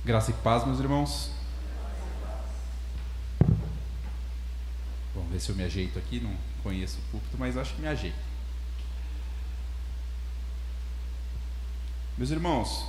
Graça e paz, meus irmãos. Vamos ver se eu me ajeito aqui. Não conheço o púlpito, mas acho que me ajeito. Meus irmãos,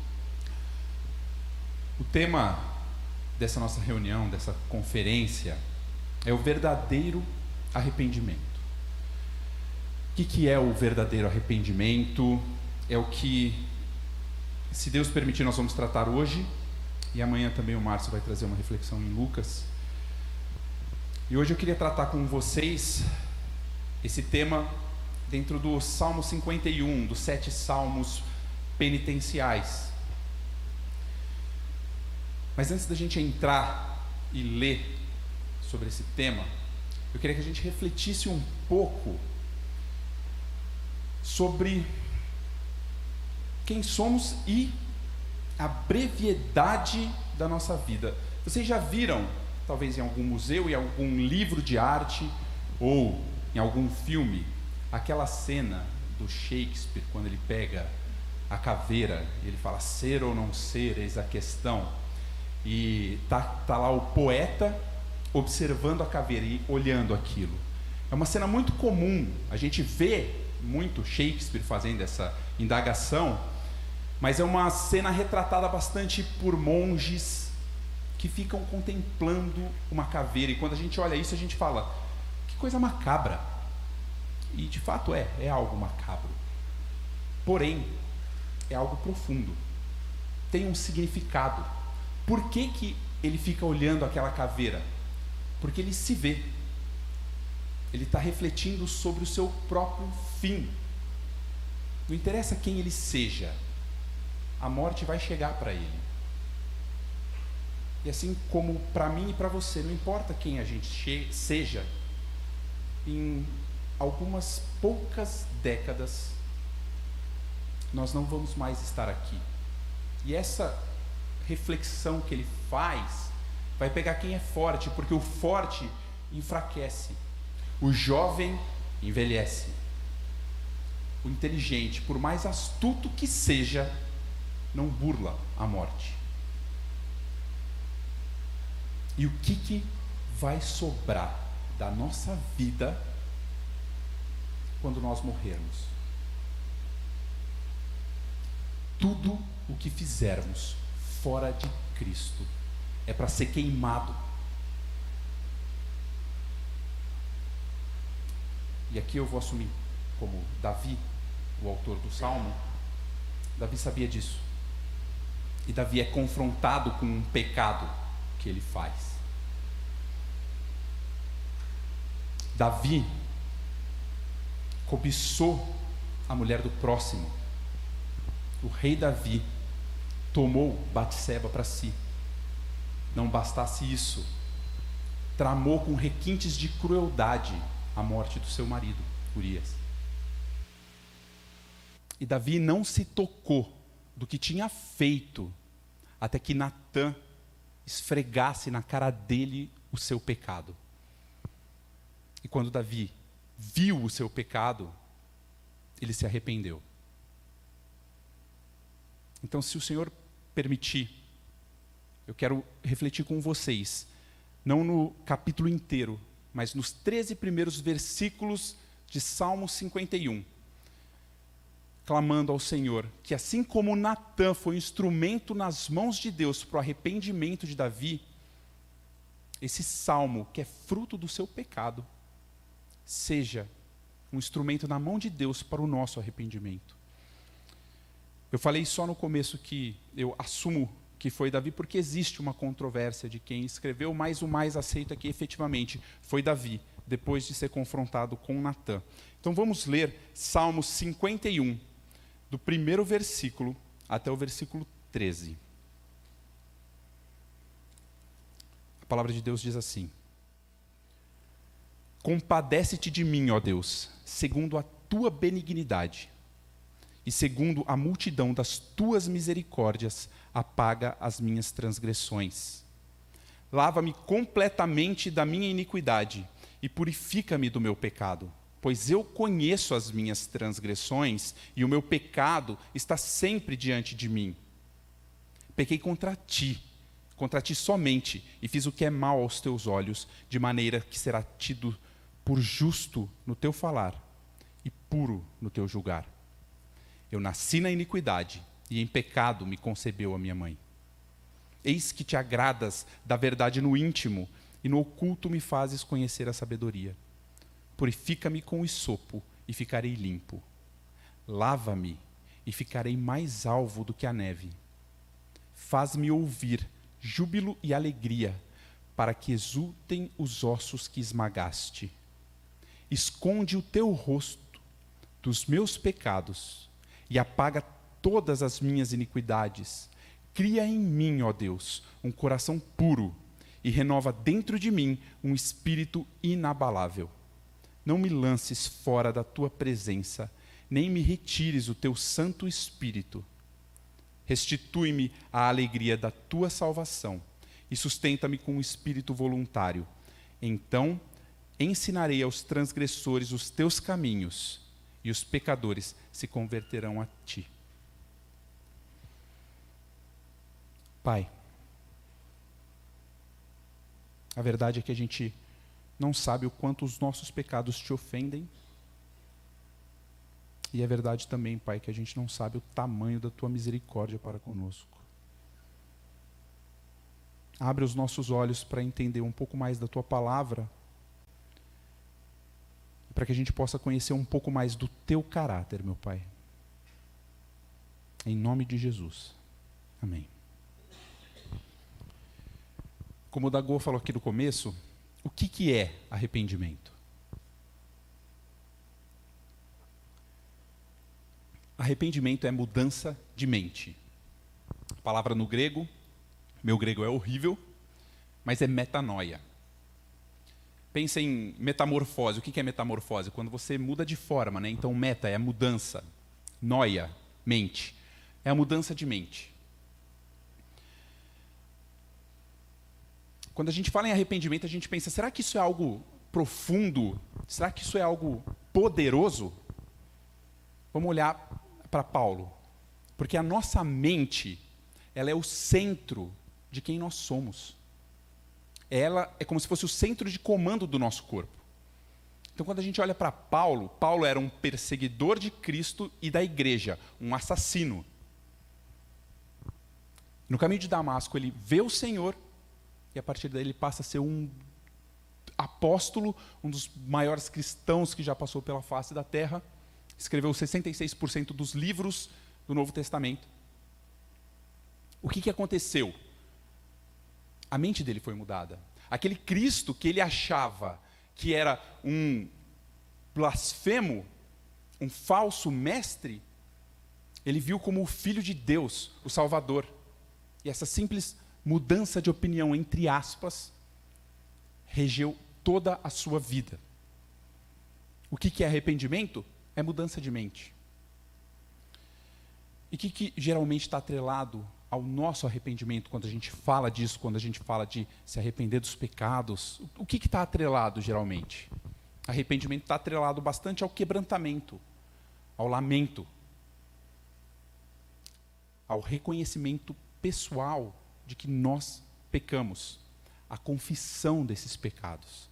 o tema dessa nossa reunião, dessa conferência, é o verdadeiro arrependimento. O que é o verdadeiro arrependimento? É o que, se Deus permitir, nós vamos tratar hoje. E amanhã também o Márcio vai trazer uma reflexão em Lucas. E hoje eu queria tratar com vocês esse tema dentro do Salmo 51, dos 7 salmos penitenciais. Mas antes da gente entrar e ler sobre esse tema, eu queria que a gente refletisse um pouco sobre quem somos e a brevidade da nossa vida. Vocês já viram, talvez em algum museu, em algum livro de arte ou em algum filme, aquela cena do Shakespeare, quando ele pega a caveira, ele fala ser ou não ser, eis a questão, e tá lá o poeta observando a caveira e olhando aquilo. É uma cena muito comum, a gente vê muito Shakespeare fazendo essa indagação, mas é uma cena retratada bastante por monges que ficam contemplando uma caveira, e quando a gente olha isso a gente fala, que coisa macabra. E de fato é algo macabro, porém é algo profundo, tem um significado. Por que ele fica olhando aquela caveira? Porque ele se vê, ele está refletindo sobre o seu próprio fim. Não interessa quem ele seja, a morte vai chegar para ele. E assim como para mim e para você, não importa quem a gente seja, em algumas poucas décadas nós não vamos mais estar aqui. E essa reflexão que ele faz vai pegar quem é forte, porque o forte enfraquece, o jovem envelhece, o inteligente, por mais astuto que seja, não burla a morte. E o que vai sobrar da nossa vida quando nós morrermos? Tudo o que fizermos fora de Cristo é para ser queimado. E aqui eu vou assumir como Davi, o autor do Salmo. Davi sabia disso. E Davi é confrontado com um pecado que ele faz. Davi cobiçou a mulher do próximo. O rei Davi tomou Batseba para si. Não bastasse isso, tramou com requintes de crueldade a morte do seu marido, Urias. E Davi não se tocou do que tinha feito, até que Natã esfregasse na cara dele o seu pecado. E quando Davi viu o seu pecado, ele se arrependeu. Então, se o Senhor permitir, eu quero refletir com vocês, não no capítulo inteiro, mas nos 13 primeiros versículos de Salmo 51, clamando ao Senhor, que assim como Natã foi instrumento nas mãos de Deus para o arrependimento de Davi, esse salmo, que é fruto do seu pecado, seja um instrumento na mão de Deus para o nosso arrependimento. Eu falei só no começo que eu assumo que foi Davi, porque existe uma controvérsia de quem escreveu, mas o mais aceito aqui efetivamente foi Davi, depois de ser confrontado com Natã. Então vamos ler Salmo 51, do primeiro versículo até o versículo 13. A palavra de Deus diz assim: compadece-te de mim, ó Deus, segundo a tua benignidade, e segundo a multidão das tuas misericórdias, apaga as minhas transgressões. Lava-me completamente da minha iniquidade e purifica-me do meu pecado, pois eu conheço as minhas transgressões e o meu pecado está sempre diante de mim. Pequei contra ti somente, e fiz o que é mal aos teus olhos, de maneira que será tido por justo no teu falar e puro no teu julgar. Eu nasci na iniquidade, e em pecado me concebeu a minha mãe. Eis que te agradas da verdade no íntimo, e no oculto me fazes conhecer a sabedoria. Purifica-me com o hisopo, e ficarei limpo. Lava-me, e ficarei mais alvo do que a neve. Faz-me ouvir júbilo e alegria, para que exultem os ossos que esmagaste. Esconde o teu rosto dos meus pecados, e apaga todas as minhas iniquidades. Cria em mim, ó Deus, um coração puro, e renova dentro de mim um espírito inabalável. Não me lances fora da tua presença, nem me retires o teu Santo Espírito. Restitui-me a alegria da tua salvação, e sustenta-me com um espírito voluntário. Então ensinarei aos transgressores os teus caminhos, e os pecadores se converterão a ti. Pai, a verdade é que a gente não sabe o quanto os nossos pecados te ofendem. E é verdade também, Pai, que a gente não sabe o tamanho da tua misericórdia para conosco. Abre os nossos olhos para entender um pouco mais da tua palavra, para que a gente possa conhecer um pouco mais do teu caráter, meu Pai. Em nome de Jesus. Amém. Como o Dagô falou aqui no começo, o que é arrependimento? Arrependimento é mudança de mente. A palavra no grego, meu grego é horrível, mas é metanoia. Pensa em metamorfose. O que é metamorfose? Quando você muda de forma, né? Então meta é a mudança. Noia, mente. É a mudança de mente. Quando a gente fala em arrependimento, a gente pensa, será que isso é algo profundo? Será que isso é algo poderoso? Vamos olhar para Paulo. Porque a nossa mente, ela é o centro de quem nós somos. Ela é como se fosse o centro de comando do nosso corpo. Então, quando a gente olha para Paulo, Paulo era um perseguidor de Cristo e da igreja, um assassino. No caminho de Damasco, ele vê o Senhor, e a partir daí ele passa a ser um apóstolo, um dos maiores cristãos que já passou pela face da terra. Escreveu 66% dos livros do Novo Testamento. O que aconteceu? A mente dele foi mudada. Aquele Cristo que ele achava que era um blasfemo, um falso mestre, ele viu como o Filho de Deus, o Salvador. E essa simples mudança de opinião, entre aspas, regeu toda a sua vida. O que é arrependimento? É mudança de mente. E o que geralmente está atrelado ao nosso arrependimento, quando a gente fala disso, quando a gente fala de se arrepender dos pecados? O que está atrelado geralmente? Arrependimento está atrelado bastante ao quebrantamento, ao lamento, ao reconhecimento pessoal de que nós pecamos, a confissão desses pecados.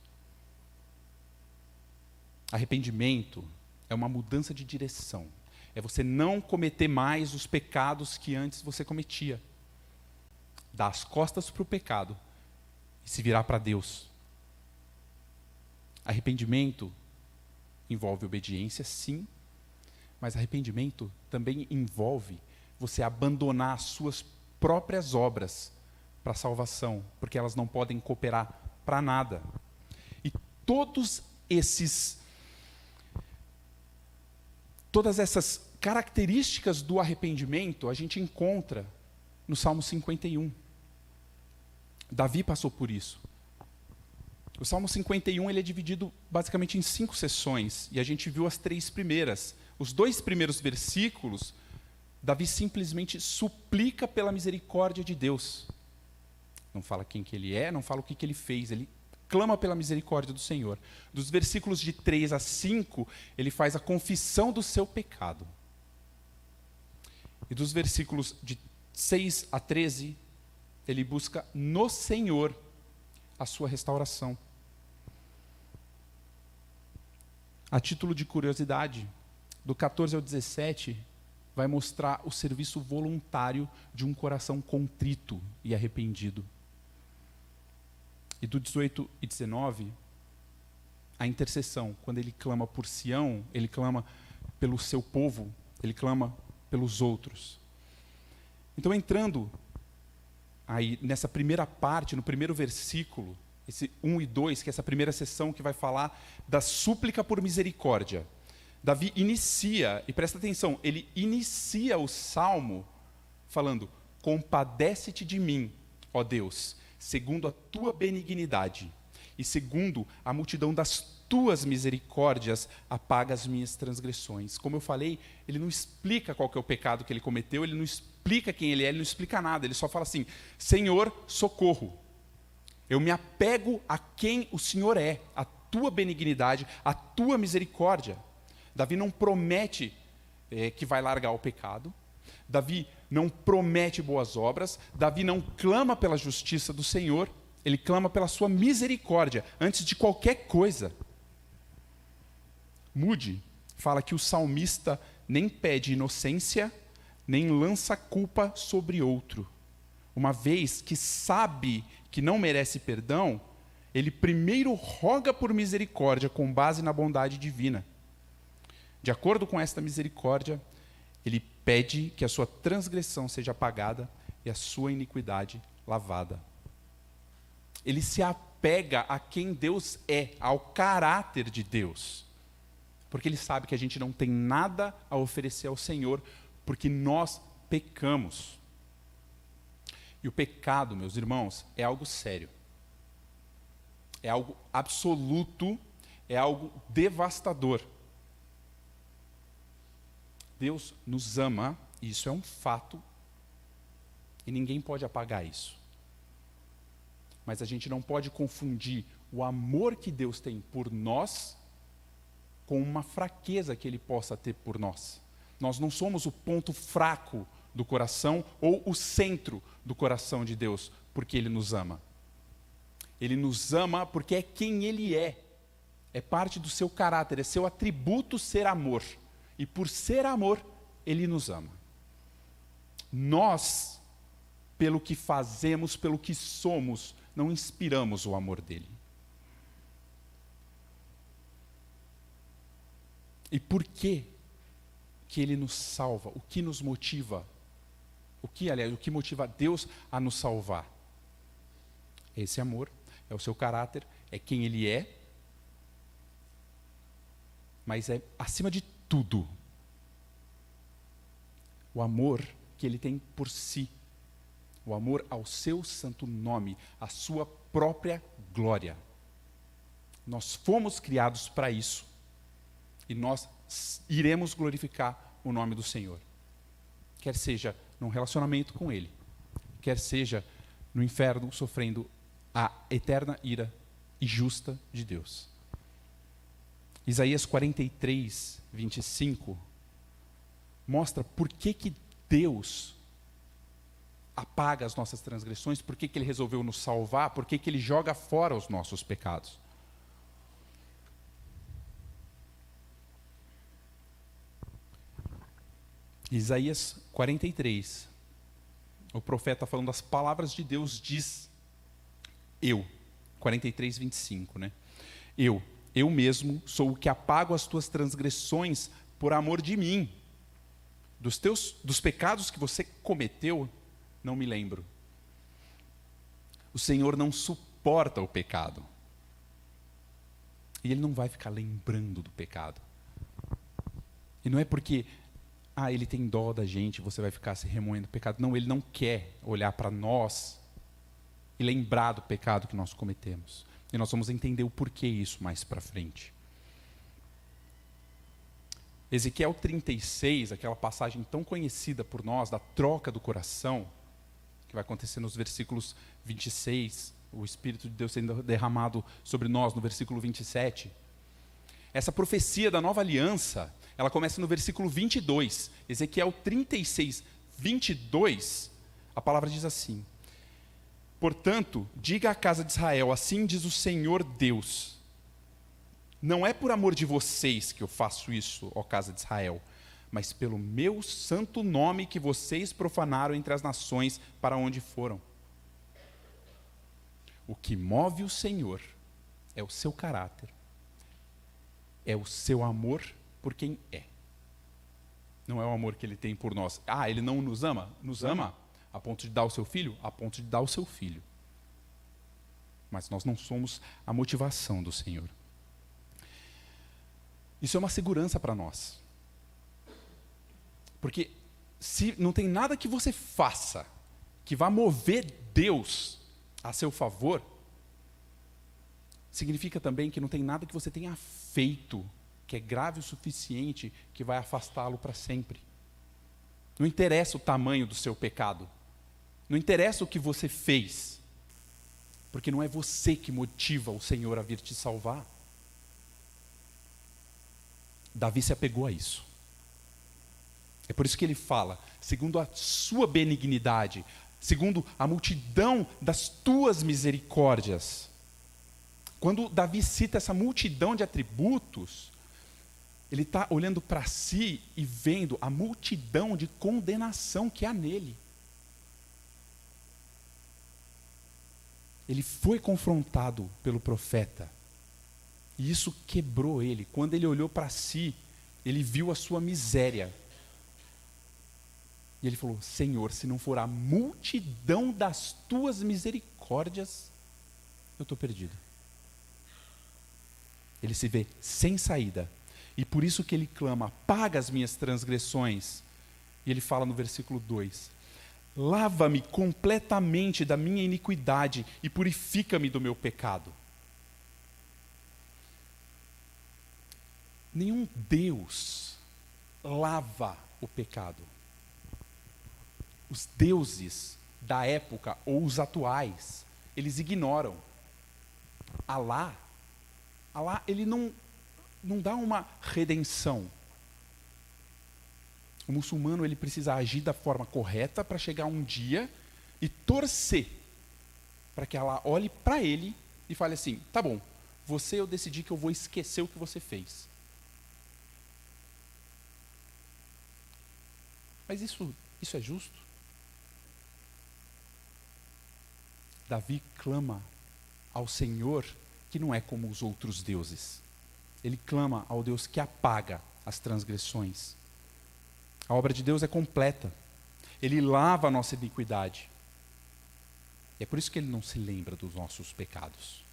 Arrependimento é uma mudança de direção. É você não cometer mais os pecados que antes você cometia. Dar as costas para o pecado e se virar para Deus. Arrependimento envolve obediência, sim, mas arrependimento também envolve você abandonar as suas próprias obras para a salvação, porque elas não podem cooperar para nada. E todas essas características do arrependimento a gente encontra no Salmo 51. Davi passou por isso. O Salmo 51 ele é dividido basicamente em 5 sessões, e a gente viu as 3 primeiras. Os 2 primeiros versículos, Davi simplesmente suplica pela misericórdia de Deus. Não fala quem que ele é, não fala o que ele fez, ele clama pela misericórdia do Senhor. Dos versículos de 3 a 5, ele faz a confissão do seu pecado. E dos versículos de 6 a 13, ele busca no Senhor a sua restauração. A título de curiosidade, do 14 ao 17, vai mostrar o serviço voluntário de um coração contrito e arrependido. E do 18 e 19, a intercessão, quando ele clama por Sião, ele clama pelo seu povo, ele clama pelos outros. Então, entrando aí nessa primeira parte, no primeiro versículo, esse 1 e 2, que é essa primeira sessão que vai falar da súplica por misericórdia. Davi inicia, e presta atenção, ele inicia o salmo falando: compadece-te de mim, ó Deus, segundo a tua benignidade, e segundo a multidão das tuas misericórdias, apaga as minhas transgressões. Como eu falei, ele não explica qual que é o pecado que ele cometeu, ele não explica quem ele é, ele não explica nada, ele só fala assim: Senhor, socorro. Eu me apego a quem o Senhor é, a tua benignidade, a tua misericórdia. Davi não promete que vai largar o pecado. Davi não promete boas obras. Davi não clama pela justiça do Senhor. Ele clama pela sua misericórdia, antes de qualquer coisa. Moody fala que o salmista nem pede inocência, nem lança culpa sobre outro. Uma vez que sabe que não merece perdão, ele primeiro roga por misericórdia com base na bondade divina. De acordo com esta misericórdia, ele pede que a sua transgressão seja apagada e a sua iniquidade lavada. Ele se apega a quem Deus é, ao caráter de Deus. Porque ele sabe que a gente não tem nada a oferecer ao Senhor, porque nós pecamos. E o pecado, meus irmãos, é algo sério. É algo absoluto, é algo devastador. Deus nos ama, e isso é um fato, e ninguém pode apagar isso. Mas a gente não pode confundir o amor que Deus tem por nós com uma fraqueza que Ele possa ter por nós. Nós não somos o ponto fraco do coração ou o centro do coração de Deus, porque Ele nos ama. Ele nos ama porque é quem Ele é. É parte do seu caráter, é seu atributo ser amor. E por ser amor, Ele nos ama. Nós, pelo que fazemos, pelo que somos, não inspiramos o amor dEle. E por que Ele nos salva? O que nos motiva? O que motiva Deus a nos salvar? Esse amor, é o seu caráter, é quem Ele é, mas é, acima de tudo, o amor que Ele tem por si, o amor ao seu santo nome, à sua própria glória. Nós fomos criados para isso, e nós iremos glorificar o nome do Senhor. Quer seja num relacionamento com Ele, quer seja no inferno sofrendo a eterna ira e justa de Deus. Isaías 43, 25, mostra por que Deus apaga as nossas transgressões, por que Ele resolveu nos salvar, por que Ele joga fora os nossos pecados. Isaías 43, o profeta falando as palavras de Deus diz: eu, 43, 25, né? Eu mesmo sou o que apago as tuas transgressões por amor de mim. Dos pecados que você cometeu, não me lembro. O Senhor não suporta o pecado. E Ele não vai ficar lembrando do pecado. E não é porque Ele tem dó da gente, você vai ficar se remoendo do pecado. Não, Ele não quer olhar para nós e lembrar do pecado que nós cometemos. E nós vamos entender o porquê isso mais para frente. Ezequiel 36, aquela passagem tão conhecida por nós, da troca do coração, que vai acontecer nos versículos 26, o Espírito de Deus sendo derramado sobre nós no versículo 27. Essa profecia da nova aliança, ela começa no versículo 22. Ezequiel 36, 22, a palavra diz assim: portanto, diga à casa de Israel, assim diz o Senhor Deus, não é por amor de vocês que eu faço isso, ó casa de Israel, mas pelo meu santo nome que vocês profanaram entre as nações para onde foram. O que move o Senhor é o seu caráter, é o seu amor por quem é. Não é o amor que ele tem por nós. Ah, ele não nos ama? Nos ama a ponto de dar o seu filho? A ponto de dar o seu filho. Mas nós não somos a motivação do Senhor. Isso é uma segurança para nós. Porque se não tem nada que você faça que vá mover Deus a seu favor, significa também que não tem nada que você tenha feito que é grave o suficiente que vai afastá-lo para sempre. Não interessa o tamanho do seu pecado. Não interessa o que você fez. Porque não é você que motiva o Senhor a vir te salvar. Davi se apegou a isso. É por isso que ele fala, segundo a sua benignidade, segundo a multidão das tuas misericórdias. Quando Davi cita essa multidão de atributos, ele está olhando para si e vendo a multidão de condenação que há nele. Ele foi confrontado pelo profeta. E isso quebrou ele. Quando ele olhou para si, ele viu a sua miséria. E ele falou: Senhor, se não for a multidão das tuas misericórdias, eu estou perdido. Ele se vê sem saída. E por isso que ele clama: apaga as minhas transgressões. E ele fala no versículo 2: lava-me completamente da minha iniquidade e purifica-me do meu pecado. Nenhum Deus lava o pecado. Os deuses da época ou os atuais, eles ignoram. Alá, ele não dá uma redenção. O muçulmano, ele precisa agir da forma correta para chegar um dia e torcer para que Allah olhe para ele e fale assim: tá bom, eu decidi que eu vou esquecer o que você fez. Mas isso é justo? Davi clama ao Senhor que não é como os outros deuses. Ele clama ao Deus que apaga as transgressões. A obra de Deus é completa. Ele lava a nossa iniquidade. E é por isso que ele não se lembra dos nossos pecados.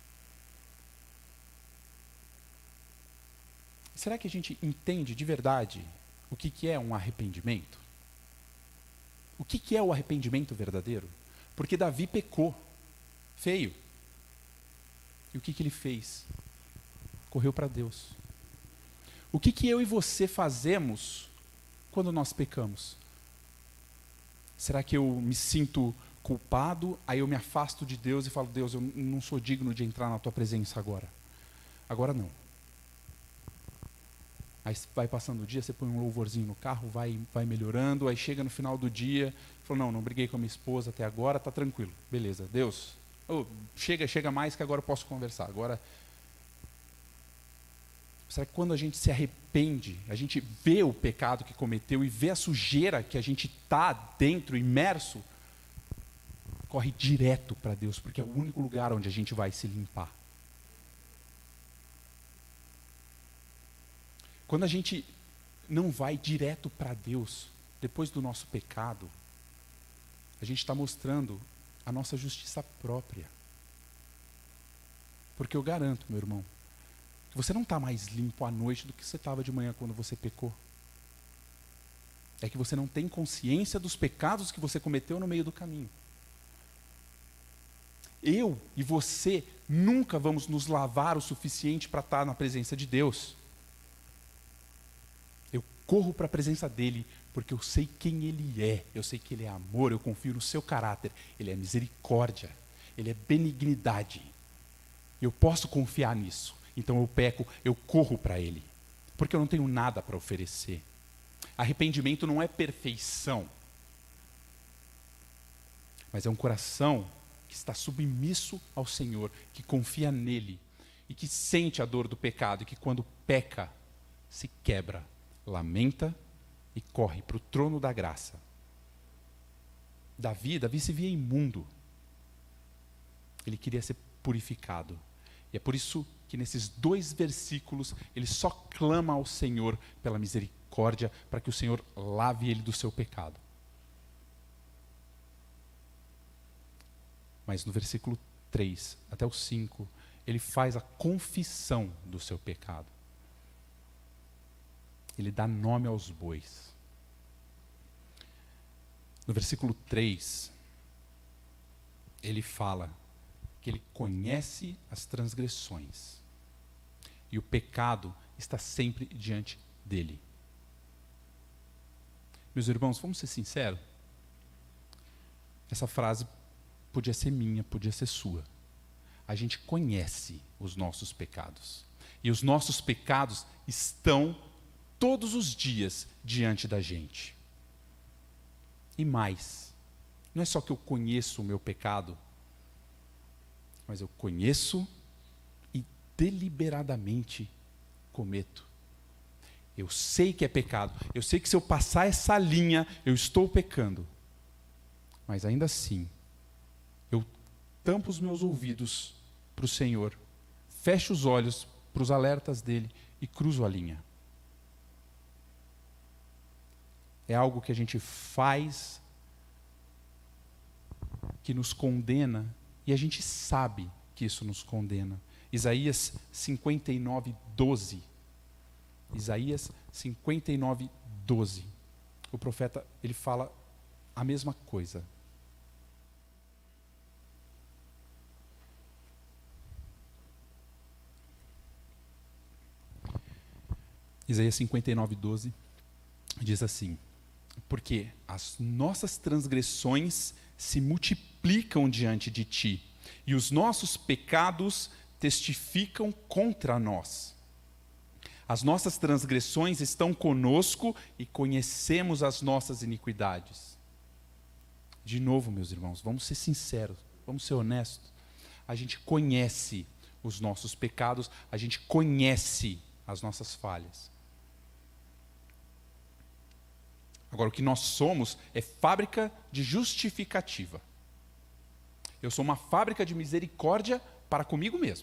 Será que a gente entende de verdade o que é um arrependimento? O que é o arrependimento verdadeiro? Porque Davi pecou, feio. E o que ele fez? Correu para Deus. O que eu e você fazemos quando nós pecamos? Será que eu me sinto culpado, aí eu me afasto de Deus e falo: Deus, eu não sou digno de entrar na tua presença agora? Agora não. Aí vai passando o dia, você põe um louvorzinho no carro, vai melhorando, aí chega no final do dia, fala: não briguei com a minha esposa até agora, está tranquilo. Beleza, Deus, chega mais que agora eu posso conversar. Agora, será que quando a gente se arrepende, a gente vê o pecado que cometeu e vê a sujeira que a gente está dentro, imerso, corre direto para Deus, porque é o único lugar onde a gente vai se limpar. Quando a gente não vai direto para Deus, depois do nosso pecado, a gente está mostrando a nossa justiça própria. Porque eu garanto, meu irmão, que você não está mais limpo à noite do que você estava de manhã quando você pecou. É que você não tem consciência dos pecados que você cometeu no meio do caminho. Eu e você nunca vamos nos lavar o suficiente para estar na presença de Deus. Eu corro para a presença dele porque eu sei quem ele é. Eu sei que ele é amor, eu confio no seu caráter. Ele é misericórdia, ele é benignidade. Eu posso confiar nisso. Então eu peco, eu corro para ele. Porque eu não tenho nada para oferecer. Arrependimento não é perfeição. mas é um coração que está submisso ao Senhor, que confia nele e que sente a dor do pecado e que quando peca, se quebra, lamenta e corre para o trono da graça. Davi se via imundo. Ele queria ser purificado. E é por isso que nesses 2 versículos ele só clama ao Senhor pela misericórdia, para que o Senhor lave ele do seu pecado. Mas no versículo 3 até o 5, ele faz a confissão do seu pecado. Ele dá nome aos bois. No versículo 3, ele fala que ele conhece as transgressões e o pecado está sempre diante dele. Meus irmãos, vamos ser sinceros? Essa frase podia ser minha, podia ser sua. A gente conhece os nossos pecados. E os nossos pecados estão todos os dias diante da gente. E mais, não é só que eu conheço o meu pecado, mas eu conheço e deliberadamente cometo. Eu sei que é pecado. Eu sei que se eu passar essa linha, eu estou pecando. Mas ainda assim, eu tampo os meus ouvidos para o Senhor, fecho os olhos para os alertas dele e cruzo a linha. É algo que a gente faz, que nos condena, e a gente sabe que isso nos condena. Isaías 59, 12. Isaías 59, 12. O profeta, ele fala a mesma coisa. Isaías 59, 12 diz assim: porque as nossas transgressões se multiplicam diante de ti, e os nossos pecados testificam contra nós. As nossas transgressões estão conosco e conhecemos as nossas iniquidades. De novo, meus irmãos, vamos ser sinceros, vamos ser honestos. A gente conhece os nossos pecados, a gente conhece as nossas falhas. Agora, o que nós somos é fábrica de justificativa. Eu sou uma fábrica de misericórdia para comigo mesmo.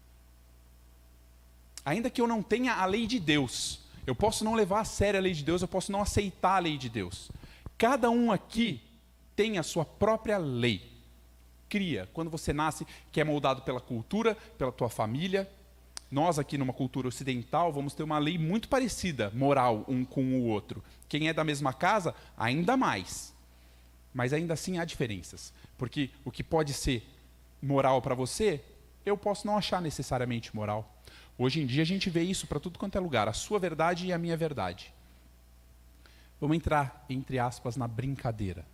Ainda que eu não tenha a lei de Deus, eu posso não levar a sério a lei de Deus, eu posso não aceitar a lei de Deus. Cada um aqui tem a sua própria lei. Cria, quando você nasce, que é moldado pela cultura, pela tua família. Nós aqui numa cultura ocidental vamos ter uma lei muito parecida, moral, um com o outro. Quem é da mesma casa, ainda mais. Mas ainda assim há diferenças. Porque o que pode ser moral para você, eu posso não achar necessariamente moral. Hoje em dia a gente vê isso para tudo quanto é lugar, a sua verdade e a minha verdade. Vamos entrar, entre aspas, na brincadeira.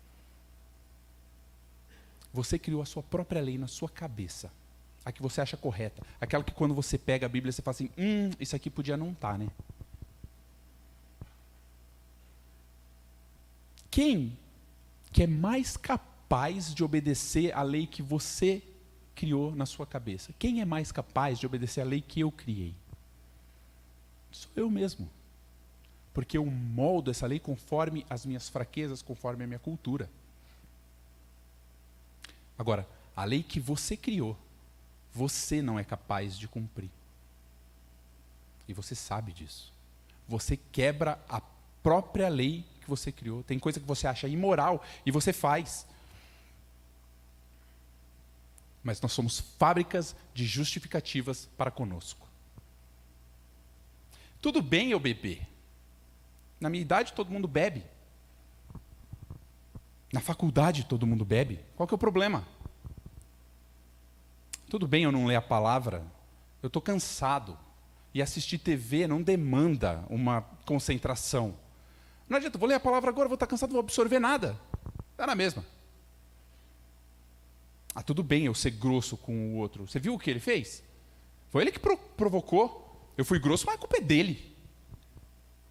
Você criou a sua própria lei na sua cabeça. A que você acha correta. Aquela que quando você pega a Bíblia, você fala assim, isso aqui podia não estar, né? Quem que é mais capaz de obedecer a lei que você criou na sua cabeça? Quem é mais capaz de obedecer a lei que eu criei? Sou eu mesmo. Porque eu moldo essa lei conforme as minhas fraquezas, conforme a minha cultura. Agora, a lei que você criou, você não é capaz de cumprir. E você sabe disso. Você quebra a própria lei que você criou. Tem coisa que você acha imoral e você faz. Mas nós somos fábricas de justificativas para conosco. Tudo bem eu beber. Na minha idade todo mundo bebe. Na faculdade todo mundo bebe. Qual que é o problema? Tudo bem eu não ler a palavra, eu estou cansado. E assistir TV não demanda uma concentração. Não adianta, vou ler a palavra agora, vou estar cansado, não vou absorver nada. Está na mesma. Tudo bem eu ser grosso com o outro. Você viu o que ele fez? Foi ele que provocou. Eu fui grosso, mas a culpa é dele.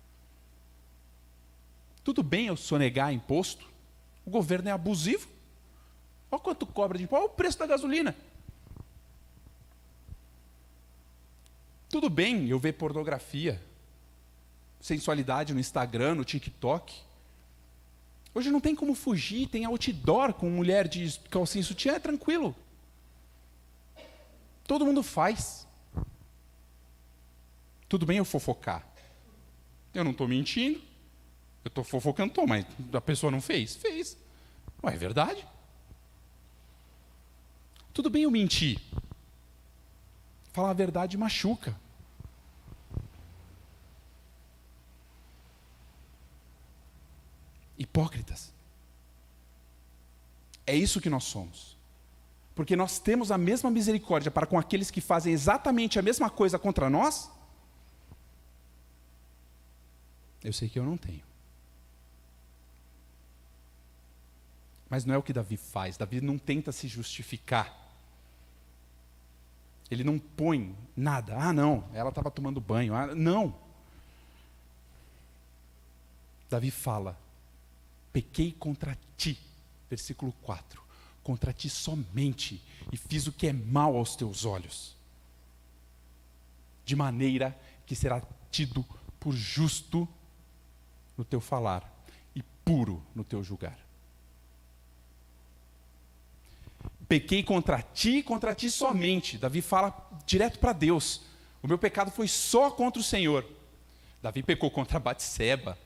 Tudo bem eu sonegar imposto. O governo é abusivo. Olha quanto cobra de imposto, olha o preço da gasolina. Tudo bem eu ver pornografia, sensualidade no Instagram, no TikTok. Hoje não tem como fugir, tem outdoor com mulher de calcinha e sutiã, é tranquilo. Todo mundo faz. Tudo bem eu fofocar. Eu não estou mentindo. Eu estou fofocando, mas a pessoa não fez? Fez. Ué, é verdade. Tudo bem eu mentir. Falar a verdade machuca. Hipócritas. É isso que nós somos. Porque nós temos a mesma misericórdia para com aqueles que fazem exatamente a mesma coisa contra nós. Eu sei que eu não tenho. Mas não é o que Davi faz. Davi não tenta se justificar. Ele não põe nada. Ah, não, ela estava tomando banho. Ah, não. Davi fala: pequei contra ti. Versículo 4. Contra ti somente, e fiz o que é mal aos teus olhos. De maneira que será tido por justo no teu falar e puro no teu julgar. Pequei contra ti somente. Davi fala direto para Deus. O meu pecado foi só contra o Senhor. Davi pecou contra Batseba.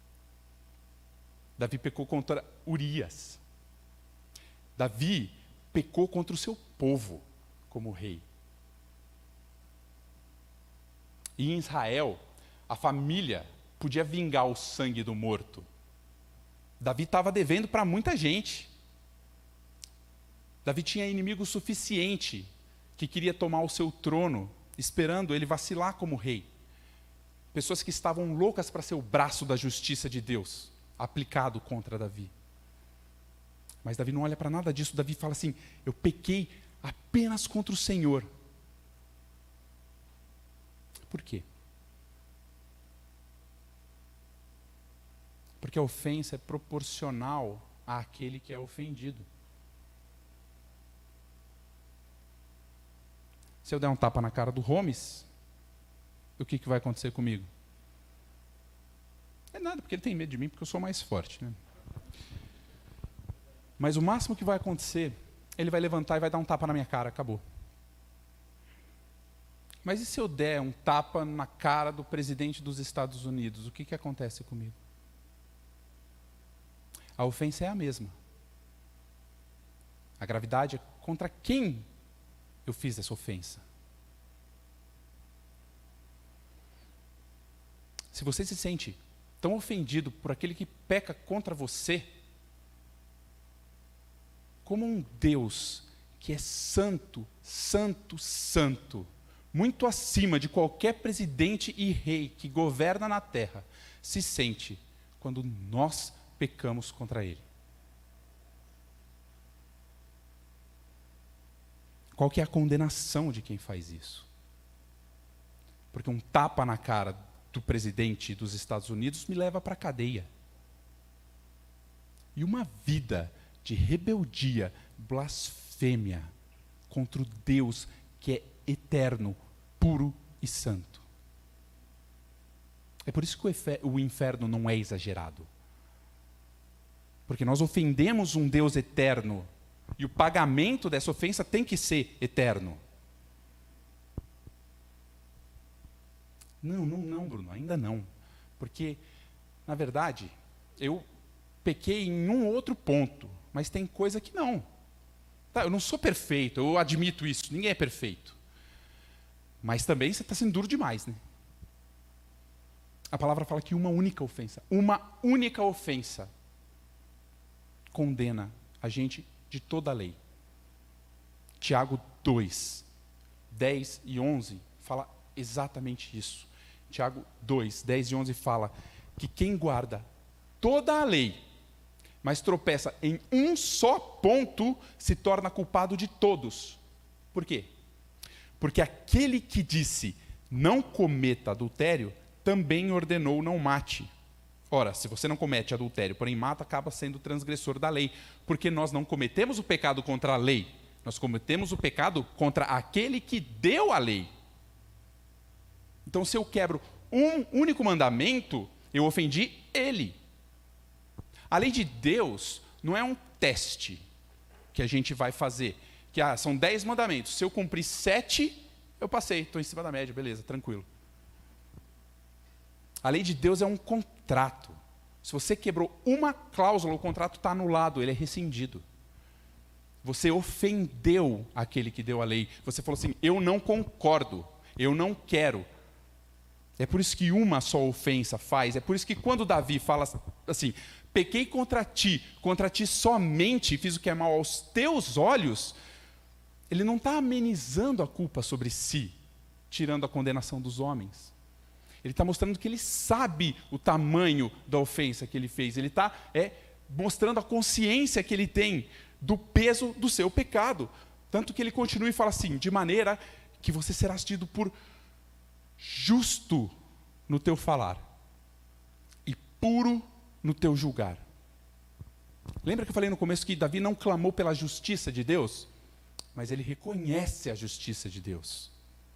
Davi pecou contra Urias. Davi pecou contra o seu povo como rei. E em Israel, a família podia vingar o sangue do morto. Davi estava devendo para muita gente. Davi tinha inimigo suficiente que queria tomar o seu trono, esperando ele vacilar como rei. Pessoas que estavam loucas para ser o braço da justiça de Deus, aplicado contra Davi. Mas Davi não olha para nada disso. Davi fala assim: eu pequei apenas contra o Senhor. Por quê? Porque a ofensa é proporcional àquele que é ofendido. Se eu der um tapa na cara do Holmes, o que vai acontecer comigo? É nada, porque ele tem medo de mim, porque eu sou mais forte, né? Mas o máximo que vai acontecer, ele vai levantar e vai dar um tapa na minha cara, acabou. Mas e se eu der um tapa na cara do presidente dos Estados Unidos, o que acontece comigo? A ofensa é a mesma. A gravidade é contra quem eu fiz essa ofensa. Se você se sente tão ofendido por aquele que peca contra você, como um Deus que é santo, santo, santo, muito acima de qualquer presidente e rei que governa na terra, se sente quando nós pecamos contra ele? Qual que é a condenação de quem faz isso? Porque um tapa na cara do presidente dos Estados Unidos me leva para a cadeia. E uma vida de rebeldia, blasfêmia contra o Deus que é eterno, puro e santo. É por isso que o inferno não é exagerado. Porque nós ofendemos um Deus eterno, e o pagamento dessa ofensa tem que ser eterno. Não, Bruno, ainda não. Porque, na verdade, eu pequei em um outro ponto, mas tem coisa que não. Tá, eu não sou perfeito, eu admito isso, ninguém é perfeito. Mas também você está sendo duro demais, né? A palavra fala que uma única ofensa condena a gente de toda a lei. Tiago 2, 10 e 11 fala exatamente isso. Tiago 2, 10 e 11 fala que quem guarda toda a lei, mas tropeça em um só ponto, se torna culpado de todos. Por quê? Porque aquele que disse, não cometa adultério, também ordenou não mate. Ora, se você não comete adultério, porém mata, acaba sendo transgressor da lei. Porque nós não cometemos o pecado contra a lei. Nós cometemos o pecado contra aquele que deu a lei. Então, se eu quebro um único mandamento, eu ofendi ele. A lei de Deus não é um teste que a gente vai fazer. Que são 10 mandamentos. Se eu cumprir 7, eu passei. Estou em cima da média, beleza, tranquilo. A lei de Deus é um contrato. Se você quebrou uma cláusula, o contrato está anulado, ele é rescindido. Você ofendeu aquele que deu a lei. Você falou assim, eu não concordo, eu não quero. É por isso que uma só ofensa faz. É por isso que quando Davi fala assim, pequei contra ti somente, fiz o que é mal aos teus olhos, ele não está amenizando a culpa sobre si, tirando a condenação dos homens. Ele está mostrando que ele sabe o tamanho da ofensa que ele fez. Ele está mostrando a consciência que ele tem do peso do seu pecado. Tanto que ele continua e fala assim, de maneira que você será tido por justo no teu falar e puro no teu julgar. Lembra que eu falei no começo que Davi não clamou pela justiça de Deus? Mas ele reconhece a justiça de Deus.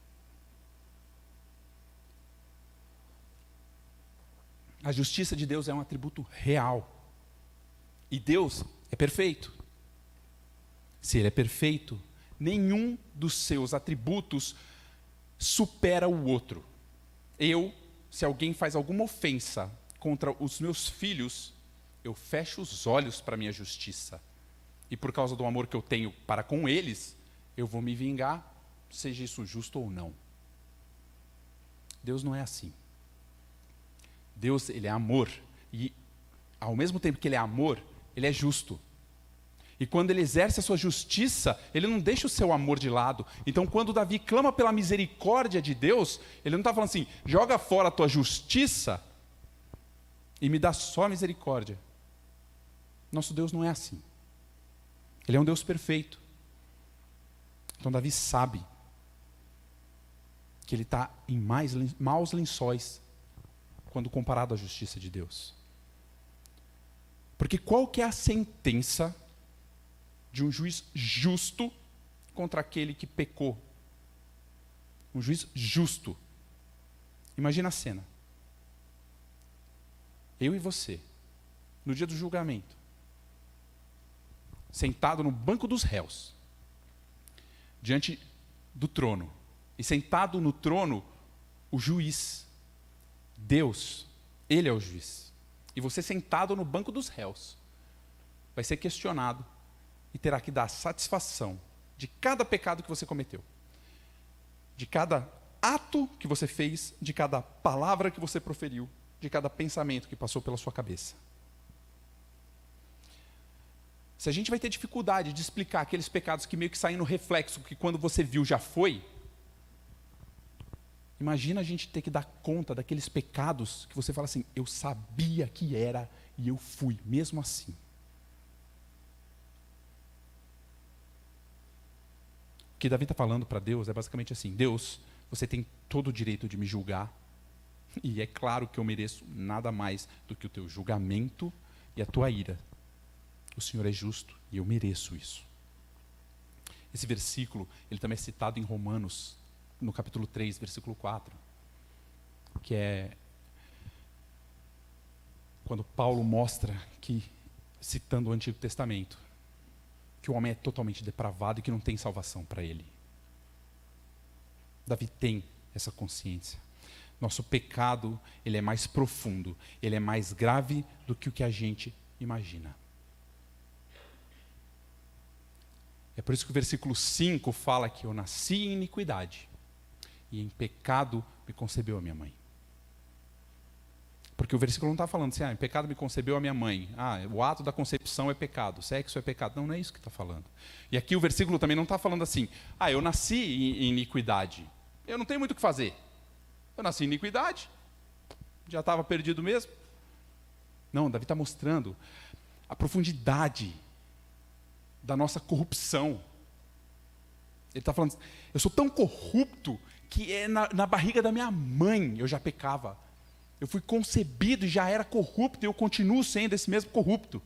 A justiça de Deus é um atributo real. E Deus é perfeito. Se Ele é perfeito, nenhum dos seus atributos supera o outro. Se alguém faz alguma ofensa contra os meus filhos, eu fecho os olhos para a minha justiça. E por causa do amor que eu tenho para com eles, eu vou me vingar, seja isso justo ou não. Deus não é assim. Deus, Ele é amor. E ao mesmo tempo que Ele é amor, Ele é justo. E quando Ele exerce a sua justiça, Ele não deixa o seu amor de lado. Então quando Davi clama pela misericórdia de Deus, ele não está falando assim, joga fora a tua justiça e me dá só misericórdia. Nosso Deus não é assim. Ele é um Deus perfeito. Então Davi sabe que ele está em maus lençóis quando comparado à justiça de Deus. Porque qual que é a sentença de um juiz justo contra aquele que pecou? Um juiz justo. Imagina a cena. Eu e você, no dia do julgamento, sentado no banco dos réus, diante do trono, e sentado no trono, o juiz, Deus, Ele é o juiz. E você sentado no banco dos réus, vai ser questionado e terá que dar satisfação de cada pecado que você cometeu, de cada ato que você fez, de cada palavra que você proferiu, de cada pensamento que passou pela sua cabeça. Se a gente vai ter dificuldade de explicar aqueles pecados que meio que saem no reflexo, que quando você viu já foi, imagina a gente ter que dar conta daqueles pecados que você fala assim, eu sabia que era e eu fui, mesmo assim. O que Davi está falando para Deus é basicamente assim, Deus, você tem todo o direito de me julgar, e é claro que eu mereço nada mais do que o teu julgamento e a tua ira. O Senhor é justo e eu mereço isso. Esse versículo, ele também é citado em Romanos, no capítulo 3, versículo 4, que é quando Paulo mostra que, citando o Antigo Testamento, que o homem é totalmente depravado e que não tem salvação para ele. Davi tem essa consciência. Nosso pecado, ele é mais profundo, ele é mais grave do que o que a gente imagina. É por isso que o versículo 5 fala que eu nasci em iniquidade e em pecado me concebeu a minha mãe. Porque o versículo não está falando assim, em pecado me concebeu a minha mãe. O ato da concepção é pecado, sexo é pecado. Não, não é isso que está falando. E aqui o versículo também não está falando assim, eu nasci em iniquidade. Eu não tenho muito o que fazer. Eu nasci em iniquidade. Já estava perdido mesmo. Não, Davi está mostrando a profundidade da nossa corrupção. Ele está falando, eu sou tão corrupto que na barriga da minha mãe eu já pecava. Eu fui concebido e já era corrupto, e eu continuo sendo esse mesmo corrupto.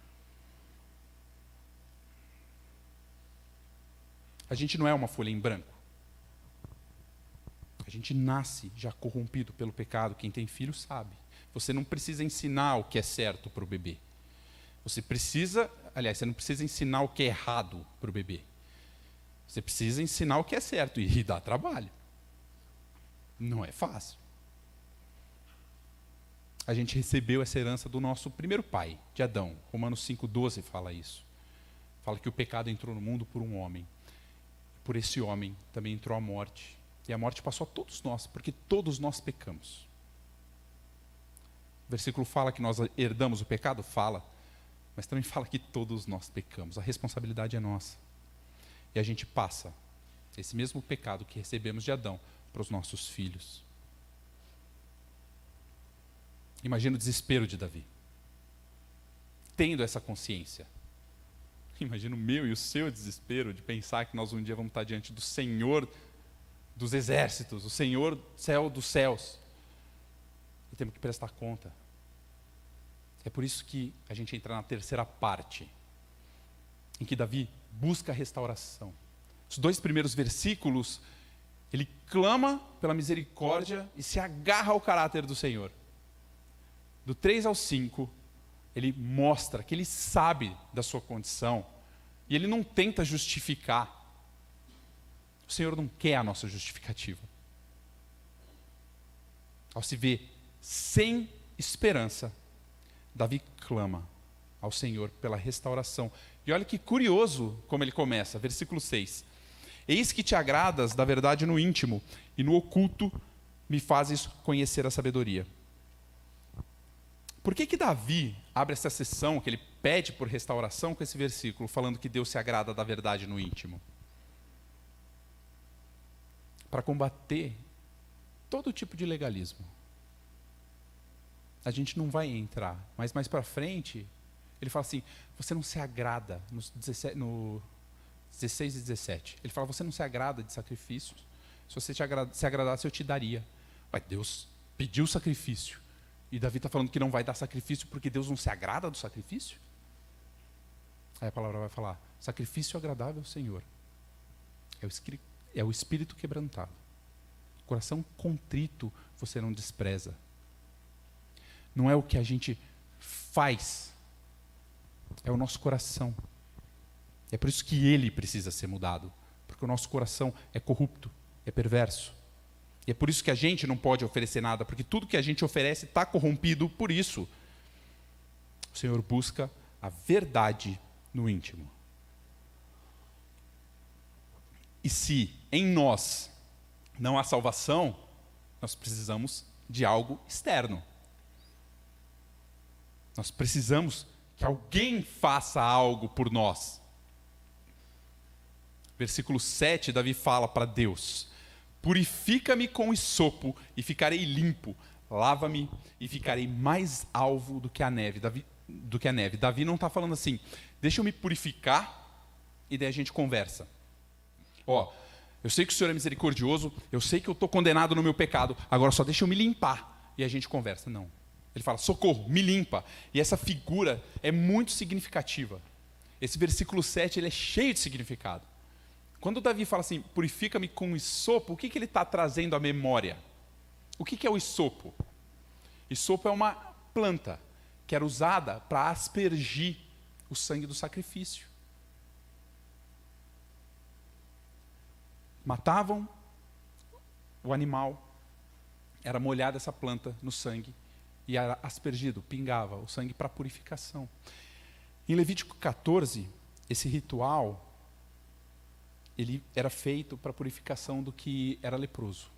A gente não é uma folha em branco. A gente nasce já corrompido pelo pecado. Quem tem filho sabe. Você não precisa ensinar o que é certo para o bebê. Você não precisa ensinar o que é errado para o bebê. Você precisa ensinar o que é certo e dá trabalho. Não é fácil. A gente recebeu essa herança do nosso primeiro pai, de Adão. Romanos 5,12 fala isso. Fala que o pecado entrou no mundo por um homem. Por esse homem também entrou a morte. E a morte passou a todos nós, porque todos nós pecamos. O versículo fala que nós herdamos o pecado? Fala. Mas também fala que todos nós pecamos. A responsabilidade é nossa. E a gente passa esse mesmo pecado que recebemos de Adão para os nossos filhos. Imagina o desespero de Davi. Tendo essa consciência. Imagina o meu e o seu desespero de pensar que nós um dia vamos estar diante do Senhor dos exércitos, o Senhor céu dos céus. E temos que prestar conta. É por isso que a gente entra na terceira parte, em que Davi busca a restauração. Os 2 primeiros versículos, ele clama pela misericórdia e se agarra ao caráter do Senhor. Do 3 ao 5, ele mostra que ele sabe da sua condição e ele não tenta justificar. O Senhor não quer a nossa justificativa. Ao se ver sem esperança, Davi clama ao Senhor pela restauração. E olha que curioso como ele começa, versículo 6. Eis que te agradas da verdade no íntimo, e no oculto me fazes conhecer a sabedoria. Por que Davi abre essa sessão, que ele pede por restauração, com esse versículo, falando que Deus se agrada da verdade no íntimo? Para combater todo tipo de legalismo. A gente não vai entrar, mas mais para frente, ele fala assim, você não se agrada, no 16 e 17, ele fala, você não se agrada de sacrifícios, se você se agradasse eu te daria. Mas Deus pediu sacrifício, e Davi está falando que não vai dar sacrifício porque Deus não se agrada do sacrifício? Aí a palavra vai falar, sacrifício agradável ao Senhor, é o espírito quebrantado, coração contrito você não despreza. Não é o que a gente faz, é o nosso coração. É por isso que ele precisa ser mudado, porque o nosso coração é corrupto, é perverso. E é por isso que a gente não pode oferecer nada, porque tudo que a gente oferece está corrompido por isso. O Senhor busca a verdade no íntimo. E se em nós não há salvação, nós precisamos de algo externo. Nós precisamos que alguém faça algo por nós. Versículo 7, Davi fala para Deus, purifica-me com hisopo e ficarei limpo, lava-me e ficarei mais alvo do que a neve. Davi não está falando assim, deixa eu me purificar e daí a gente conversa. Eu sei que o Senhor é misericordioso, eu sei que eu estou condenado no meu pecado, agora só deixa eu me limpar e a gente conversa. Não. Ele fala, socorro, me limpa. E essa figura é muito significativa. Esse versículo 7 ele é cheio de significado. Quando Davi fala assim, purifica-me com hisopo, o que ele está trazendo à memória? O que é o hisopo? Hisopo é uma planta que era usada para aspergir o sangue do sacrifício. Matavam o animal, era molhada essa planta no sangue, e era aspergido, pingava o sangue para purificação. Em Levítico 14, esse ritual, ele era feito para purificação do que era leproso.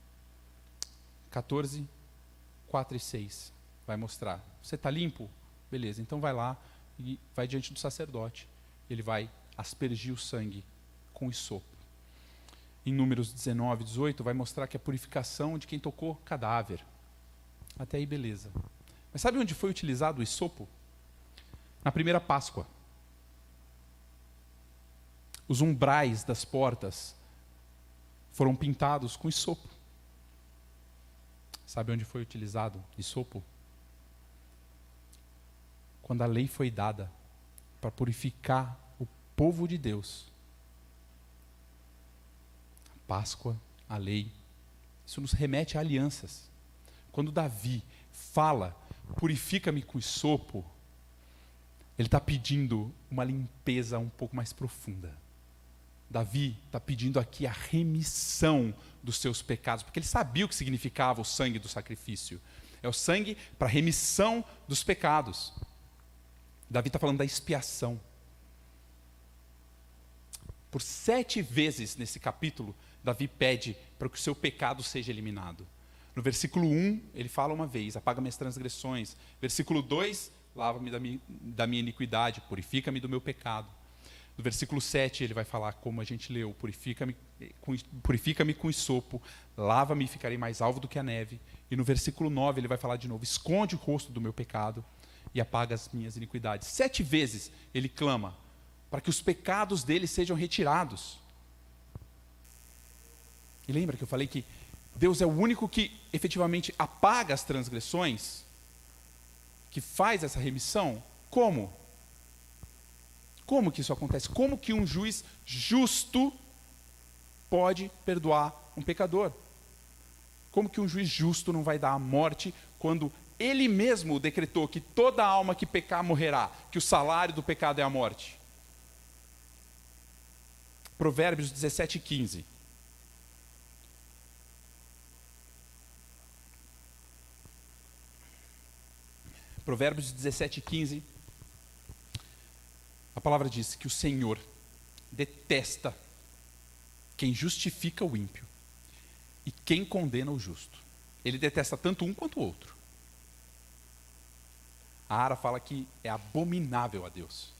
14, 4 e 6, vai mostrar. Você está limpo? Beleza, então vai lá e vai diante do sacerdote. Ele vai aspergir o sangue com hisopo. Em Números 19, 18, vai mostrar que a purificação de quem tocou cadáver. Até aí, beleza. Mas sabe onde foi utilizado o hisopo? Na primeira Páscoa. Os umbrais das portas foram pintados com hisopo. Sabe onde foi utilizado hisopo? Quando a lei foi dada para purificar o povo de Deus. A Páscoa, a lei, isso nos remete a alianças. Quando Davi fala, purifica-me com hisopo, ele está pedindo uma limpeza um pouco mais profunda. Davi está pedindo aqui a remissão dos seus pecados, porque ele sabia o que significava o sangue do sacrifício. É o sangue para remissão dos pecados. Davi está falando da expiação. Por 7 vezes nesse capítulo, Davi pede para que o seu pecado seja eliminado. No versículo 1, ele fala uma vez, apaga minhas transgressões. Versículo 2, lava-me da minha iniquidade, purifica-me do meu pecado. No versículo 7, ele vai falar, como a gente leu, purifica-me com hisopo, lava-me e ficarei mais alvo do que a neve. E no versículo 9, ele vai falar de novo, esconde o rosto do meu pecado e apaga as minhas iniquidades. 7 vezes ele clama para que os pecados dele sejam retirados. E lembra que eu falei que Deus é o único que efetivamente apaga as transgressões? Que faz essa remissão? Como? Como que isso acontece? Como que um juiz justo pode perdoar um pecador? Como que um juiz justo não vai dar a morte quando ele mesmo decretou que toda alma que pecar morrerá, que o salário do pecado é a morte? Provérbios 17:15. Provérbios 17:15. A palavra diz que o Senhor detesta quem justifica o ímpio e quem condena o justo. Ele detesta tanto um quanto o outro. A Ara fala que é abominável a Deus.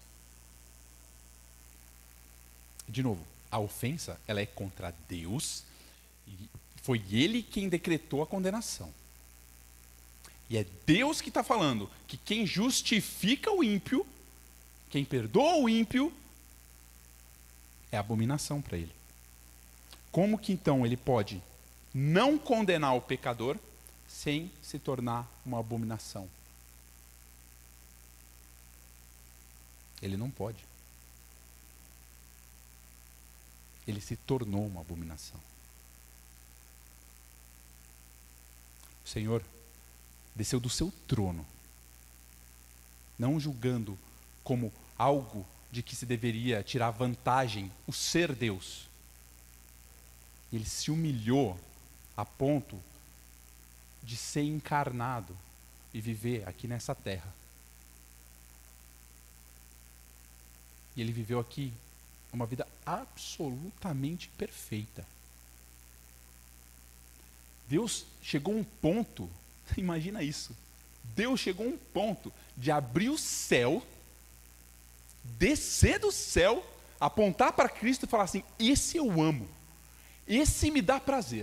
De novo, a ofensa ela é contra Deus e foi Ele quem decretou a condenação. E é Deus que está falando que quem justifica o ímpio, quem perdoa o ímpio, é abominação para ele. Como que então ele pode não condenar o pecador sem se tornar uma abominação? Ele não pode. Ele se tornou uma abominação. O Senhor desceu do seu trono, não julgando como algo de que se deveria tirar vantagem o ser Deus. Ele se humilhou a ponto de ser encarnado e viver aqui nessa terra. E ele viveu aqui uma vida absolutamente perfeita. Deus chegou a um ponto, imagina isso, Deus chegou a um ponto de abrir o céu, descer do céu, apontar para Cristo e falar assim, esse eu amo, esse me dá prazer.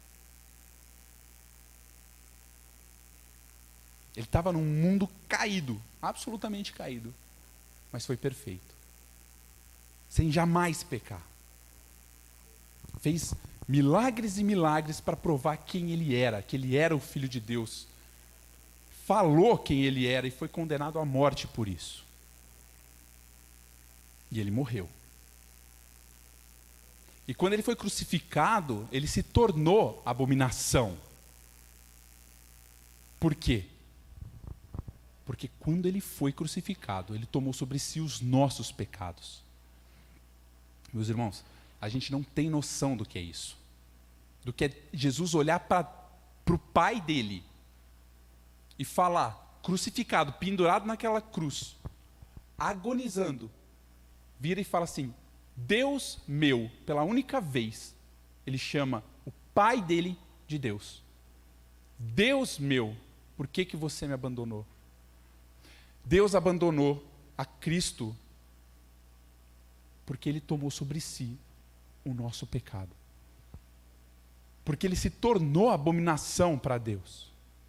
Ele estava num mundo caído, absolutamente caído, mas foi perfeito, sem jamais pecar. Fez milagres e milagres para provar quem ele era, que ele era o Filho de Deus. Falou quem ele era e foi condenado à morte por isso. E ele morreu. E quando ele foi crucificado, ele se tornou abominação. Por quê? Porque quando ele foi crucificado, ele tomou sobre si os nossos pecados. Meus irmãos, a gente não tem noção do que é isso. Do que é Jesus olhar para o Pai dele e falar, crucificado, pendurado naquela cruz, agonizando, vira e fala assim, Deus meu, pela única vez, ele chama o Pai dele de Deus. Deus meu, por que que você me abandonou? Deus abandonou a Cristo porque ele tomou sobre si o nosso pecado. Porque ele se tornou abominação para Deus.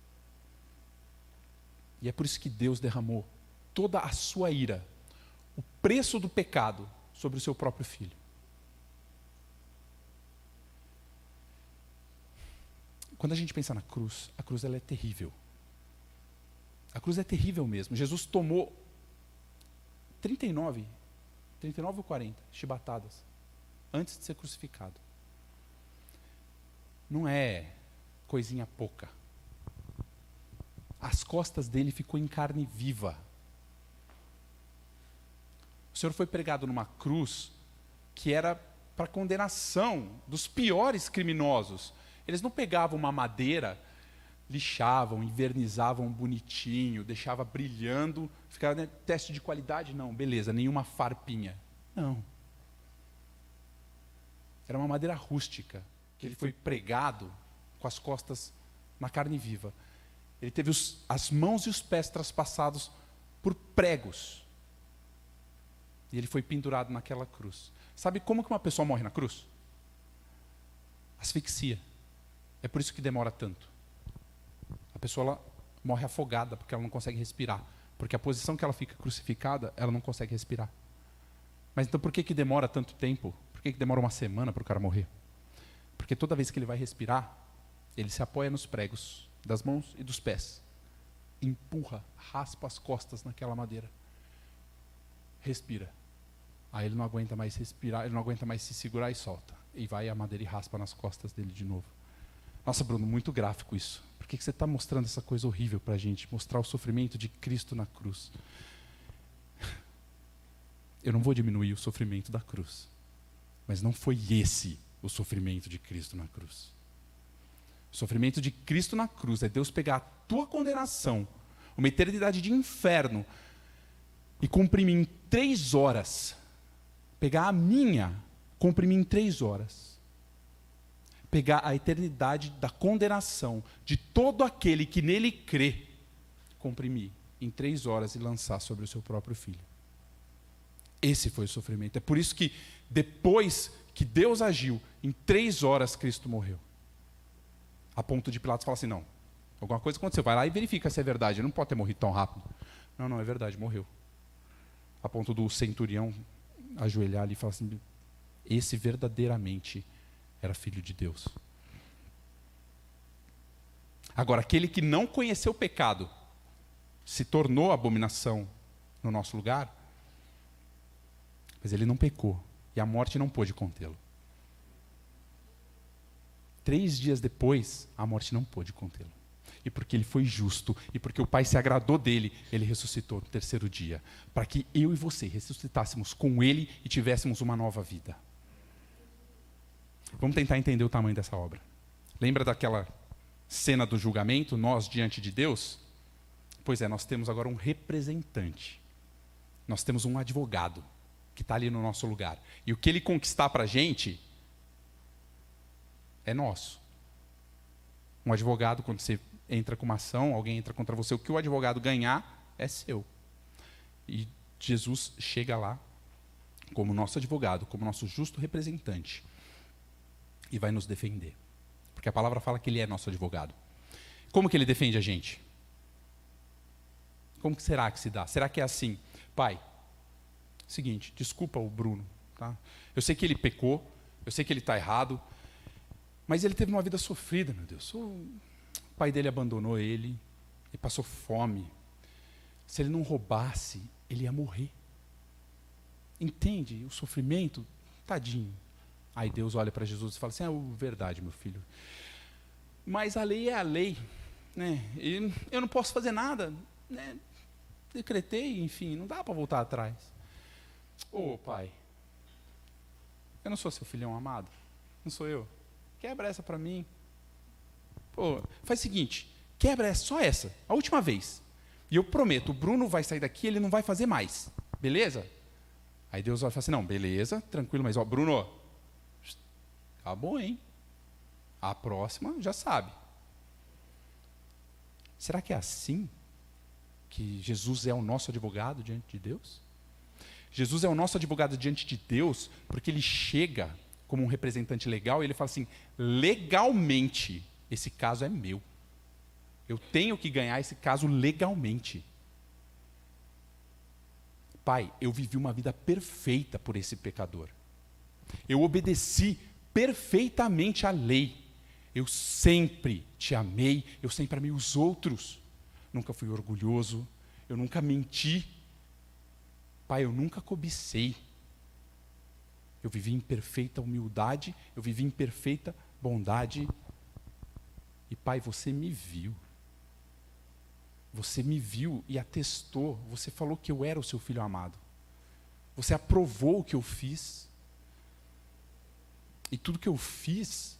E é por isso que Deus derramou toda a sua ira, o preço do pecado, sobre o seu próprio filho. Quando a gente pensa na cruz, a cruz ela é terrível. A cruz é terrível mesmo. Jesus tomou 39 ou 40 chibatadas antes de ser crucificado. Não é coisinha pouca. As costas dele ficou em carne viva. O Senhor foi pregado numa cruz que era para condenação dos piores criminosos. Eles não pegavam uma madeira, lixavam, envernizavam bonitinho, deixava brilhando, ficava, né, teste de qualidade, não, beleza, nenhuma farpinha. Não. Era uma madeira rústica, que ele foi pregado com as costas na carne viva. Ele teve as mãos e os pés traspassados por pregos. E ele foi pendurado naquela cruz. Sabe como que uma pessoa morre na cruz? Asfixia. É por isso que demora tanto. A pessoa ela morre afogada porque ela não consegue respirar. Porque a posição que ela fica crucificada, ela não consegue respirar. Mas então por que demora tanto tempo? Por que demora uma semana para o cara morrer? Porque toda vez que ele vai respirar, ele se apoia nos pregos das mãos e dos pés. Empurra, raspa as costas naquela madeira. Respira. Aí ele não aguenta mais respirar, ele não aguenta mais se segurar e solta. E vai a madeira e raspa nas costas dele de novo. Nossa, Bruno, muito gráfico isso. Por que você está mostrando essa coisa horrível para a gente? Mostrar o sofrimento de Cristo na cruz. Eu não vou diminuir o sofrimento da cruz. Mas não foi esse o sofrimento de Cristo na cruz. O sofrimento de Cristo na cruz é Deus pegar a tua condenação, uma eternidade de inferno, e comprimir em 3 horas. Pegar a minha, comprimir em 3 horas. Pegar a eternidade da condenação de todo aquele que nele crê, comprimir em 3 horas e lançar sobre o seu próprio filho. Esse foi o sofrimento. É por isso que depois que Deus agiu, em 3 horas Cristo morreu. A ponto de Pilatos falar assim, não, alguma coisa aconteceu, vai lá e verifica se é verdade, ele não pode ter morrido tão rápido. Não, é verdade, morreu. A ponto do centurião ajoelhar ali e falar assim, esse verdadeiramente era filho de Deus. Agora, aquele que não conheceu o pecado, se tornou abominação no nosso lugar, mas ele não pecou, e a morte não pôde contê-lo. 3 dias depois, a morte não pôde contê-lo. E porque ele foi justo, e porque o Pai se agradou dele, ele ressuscitou no 3º dia, para que eu e você ressuscitássemos com ele e tivéssemos uma nova vida. Vamos tentar entender o tamanho dessa obra. Lembra daquela cena do julgamento, nós diante de Deus? Pois é, nós temos agora um representante. Nós temos um advogado que está ali no nosso lugar. E o que ele conquistar para a gente é nosso. Um advogado, quando você entra com uma ação, alguém entra contra você, o que o advogado ganhar é seu. E Jesus chega lá como nosso advogado, como nosso justo representante e vai nos defender. Porque a palavra fala que ele é nosso advogado. Como que ele defende a gente? Como que será que se dá? Será que é assim? Pai, seguinte, desculpa o Bruno, tá? Eu sei que ele pecou, eu sei que ele está errado, mas ele teve uma vida sofrida, meu Deus. O pai dele abandonou ele passou fome. Se ele não roubasse, ele ia morrer. Entende o sofrimento? Tadinho. Aí Deus olha para Jesus e fala assim, verdade, meu filho. Mas a lei é a lei, né? E eu não posso fazer nada, né? Decretei, enfim, não dá para voltar atrás. Pai, eu não sou seu filhão amado? Não sou eu? Quebra essa para mim. Faz o seguinte, quebra essa, só essa, a última vez. E eu prometo, o Bruno vai sair daqui, ele não vai fazer mais. Beleza? Aí Deus vai falar assim, não, beleza, tranquilo, mas Bruno, acabou, hein? A próxima já sabe. Será que é assim que Jesus é o nosso advogado diante de Deus? Jesus é o nosso advogado diante de Deus porque ele chega como um representante legal e ele fala assim, legalmente, esse caso é meu. Eu tenho que ganhar esse caso legalmente. Pai, eu vivi uma vida perfeita por esse pecador. Eu obedeci perfeitamente à lei. Eu sempre te amei, eu sempre amei os outros. Nunca fui orgulhoso, eu nunca menti. Pai, eu nunca cobicei. Eu vivi em perfeita humildade, eu vivi em perfeita bondade. E Pai, você me viu. Você me viu e atestou. Você falou que eu era o seu filho amado. Você aprovou o que eu fiz. E tudo que eu fiz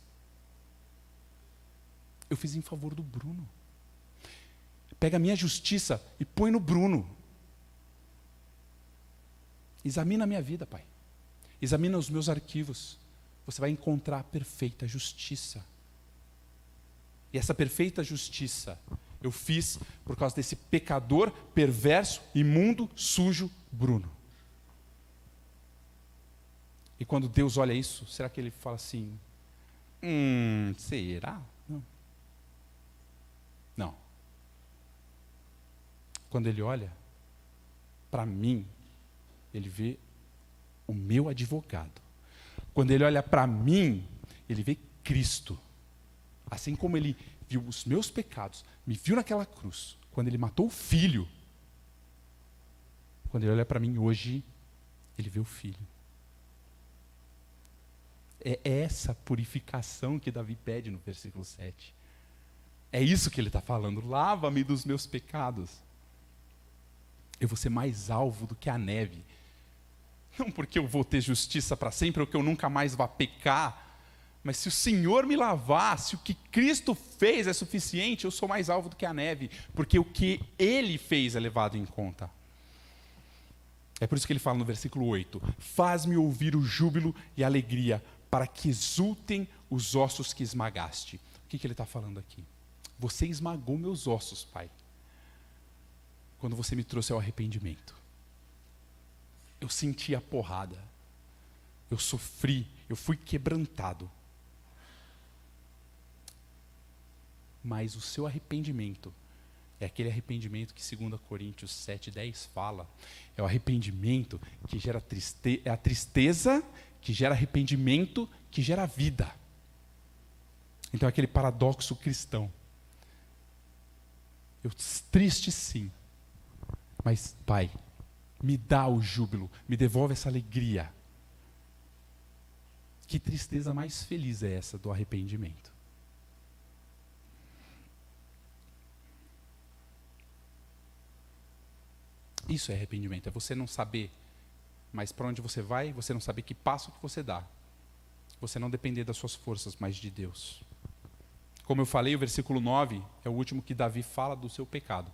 em favor do Bruno. Pega a minha justiça e põe no Bruno. Examina a minha vida, Pai. Examina os meus arquivos. Você vai encontrar a perfeita justiça. E essa perfeita justiça eu fiz por causa desse pecador, perverso, imundo, sujo, Bruno. E quando Deus olha isso, será que Ele fala assim, será? Não. Quando Ele olha para mim, Ele vê o meu advogado. Quando Ele olha para mim, Ele vê Cristo. Assim como Ele viu os meus pecados, me viu naquela cruz, quando Ele matou o Filho. Quando Ele olha para mim hoje, Ele vê o Filho. É essa purificação que Davi pede no versículo 7. É isso que ele está falando. Lava-me dos meus pecados. Eu vou ser mais alvo do que a neve. Não porque eu vou ter justiça para sempre, ou que eu nunca mais vá pecar. Mas se o Senhor me lavar, se o que Cristo fez é suficiente, eu sou mais alvo do que a neve. Porque o que Ele fez é levado em conta. É por isso que ele fala no versículo 8. Faz-me ouvir o júbilo e a alegria, para que exultem os ossos que esmagaste. O que ele está falando aqui? Você esmagou meus ossos, Pai, quando você me trouxe ao arrependimento. Eu senti a porrada. Eu sofri, eu fui quebrantado. Mas o seu arrependimento é aquele arrependimento que 2 Coríntios 7:10 fala. É o arrependimento que gera tristeza, é a tristeza que gera arrependimento, que gera vida. Então é aquele paradoxo cristão. Eu triste sim, mas Pai, me dá o júbilo, me devolve essa alegria. Que tristeza mais feliz é essa do arrependimento? Isso é arrependimento, é você não saber mais para onde você vai, você não saber que passo que você dá. Você não depender das suas forças, mas de Deus. Como eu falei, o versículo 9 é o último que Davi fala do seu pecado.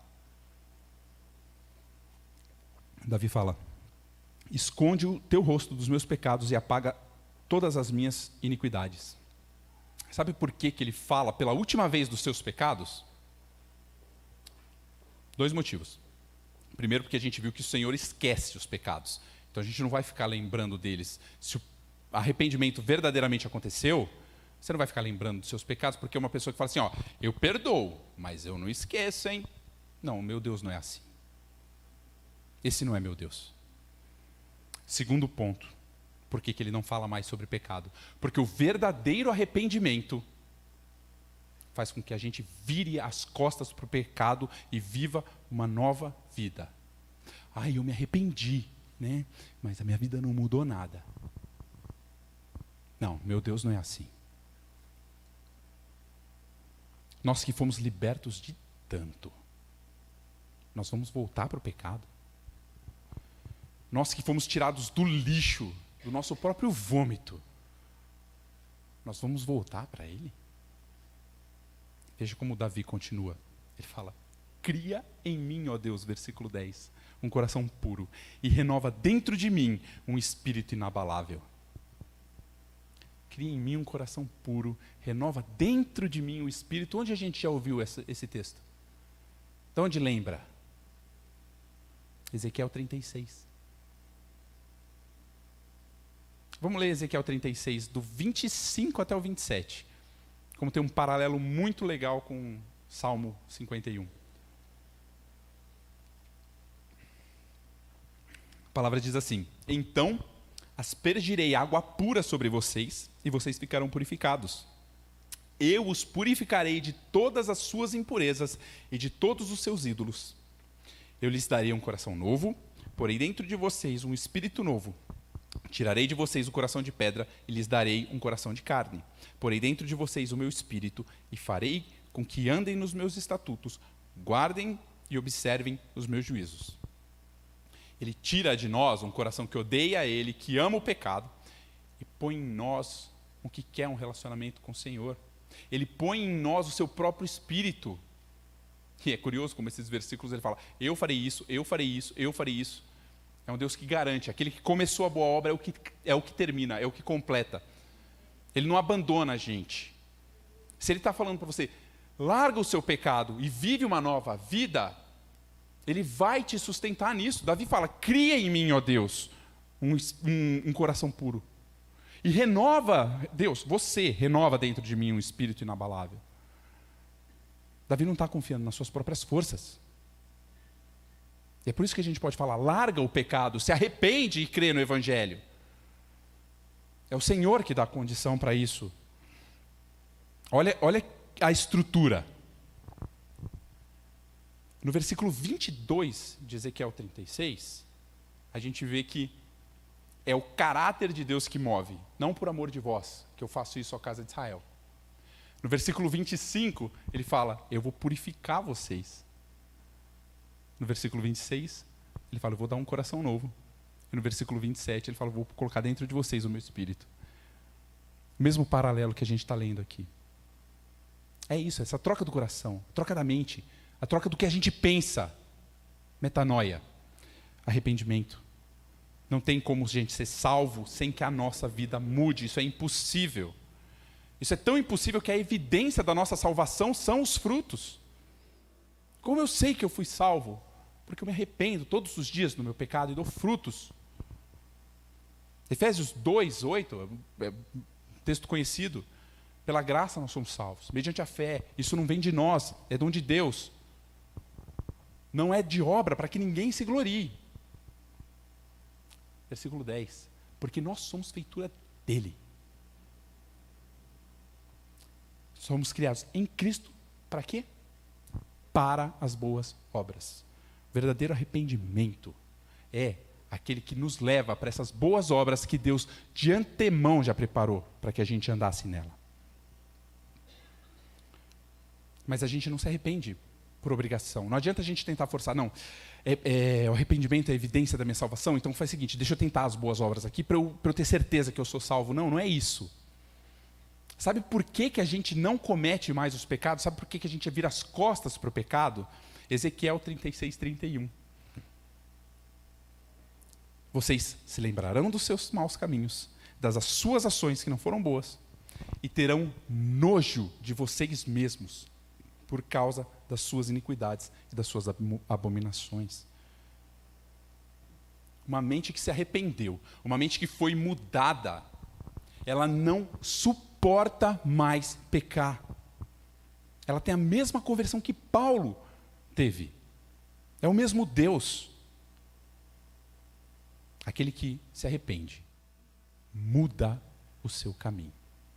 Davi fala: esconde o teu rosto dos meus pecados e apaga todas as minhas iniquidades. Sabe por que ele fala pela última vez dos seus pecados? 2 motivos. Primeiro, porque a gente viu que o Senhor esquece os pecados. Então a gente não vai ficar lembrando deles. Se o arrependimento verdadeiramente aconteceu, você não vai ficar lembrando dos seus pecados, porque é uma pessoa que fala assim, ó, eu perdoo, mas eu não esqueço, hein? Não, meu Deus não é assim. Esse não é meu Deus. Segundo ponto, por que ele não fala mais sobre pecado? Porque o verdadeiro arrependimento faz com que a gente vire as costas para o pecado e viva uma nova vida. Ai, eu me arrependi, né? Mas a minha vida não mudou nada. Não, meu Deus não é assim. Nós que fomos libertos de tanto, nós vamos voltar para o pecado? Nós que fomos tirados do lixo, do nosso próprio vômito, nós vamos voltar para ele? Veja como Davi continua. Ele fala: cria em mim, ó Deus, versículo 10, um coração puro, e renova dentro de mim um espírito inabalável. Cria em mim um coração puro, renova dentro de mim um espírito. Onde a gente já ouviu esse texto? De onde lembra? Ezequiel 36. Vamos ler Ezequiel 36, do 25 até o 27. Como tem um paralelo muito legal com Salmo 51. A palavra diz assim: então aspergirei água pura sobre vocês, e vocês ficarão purificados. eu os purificarei de todas as suas impurezas e de todos os seus ídolos. Eu lhes darei um coração novo, porei dentro de vocês um espírito novo. Tirarei de vocês o coração de pedra e lhes darei um coração de carne. Porei dentro de vocês o meu espírito e farei com que andem nos meus estatutos, guardem e observem os meus juízos. Ele tira de nós um coração que odeia ele, que ama o pecado, e põe em nós o que quer um relacionamento com o Senhor. Ele põe em nós o seu próprio espírito. E é curioso como esses versículos ele fala, eu farei isso, eu farei isso, eu farei isso. É um Deus que garante, aquele que começou a boa obra é o que termina, é o que completa. Ele não abandona a gente. Se ele está falando para você, larga o seu pecado e vive uma nova vida, ele vai te sustentar nisso. Davi fala, cria em mim, ó Deus, um coração puro. E renova, Deus, você renova dentro de mim um espírito inabalável. Davi não está confiando nas suas próprias forças. E é por isso que a gente pode falar, larga o pecado, se arrepende e crê no Evangelho. É o Senhor que dá condição para isso. Olha a estrutura. No versículo 22 de Ezequiel 36, a gente vê que é o caráter de Deus que move, não por amor de vós, que eu faço isso à casa de Israel. No versículo 25, ele fala, eu vou purificar vocês. No versículo 26, ele fala, eu vou dar um coração novo. E no versículo 27, ele fala, eu vou colocar dentro de vocês o meu espírito. O mesmo paralelo que a gente está lendo aqui. É isso, essa troca do coração, a troca da mente, a troca do que a gente pensa. Metanoia, arrependimento. Não tem como a gente ser salvo sem que a nossa vida mude, isso é impossível. Isso é tão impossível que a evidência da nossa salvação são os frutos. Como eu sei que eu fui salvo? Porque eu me arrependo todos os dias do meu pecado e dou frutos. Efésios 2:8, é um texto conhecido. Pela graça nós somos salvos, mediante a fé. Isso não vem de nós, é dom de Deus. Não é de obra para que ninguém se glorie. Versículo 10. Porque nós somos feitura dele. Somos criados em Cristo para quê? Para as boas obras. O verdadeiro arrependimento é aquele que nos leva para essas boas obras que Deus de antemão já preparou para que a gente andasse nela. Mas a gente não se arrepende por obrigação. Não adianta a gente tentar forçar, não. O arrependimento é a evidência da minha salvação, então faz o seguinte, deixa eu tentar as boas obras aqui para eu ter certeza que eu sou salvo. Não é isso. Sabe por que a gente não comete mais os pecados? Sabe por que a gente vira as costas para o pecado? Ezequiel 36:31. Vocês se lembrarão dos seus maus caminhos, das suas ações que não foram boas, e terão nojo de vocês mesmos, por causa das suas iniquidades e das suas abominações. Uma mente que se arrependeu, uma mente que foi mudada, ela não suporta mais pecar. Ela tem a mesma conversão que Paulo teve. É o mesmo Deus. Aquele que se arrepende, muda o seu caminho.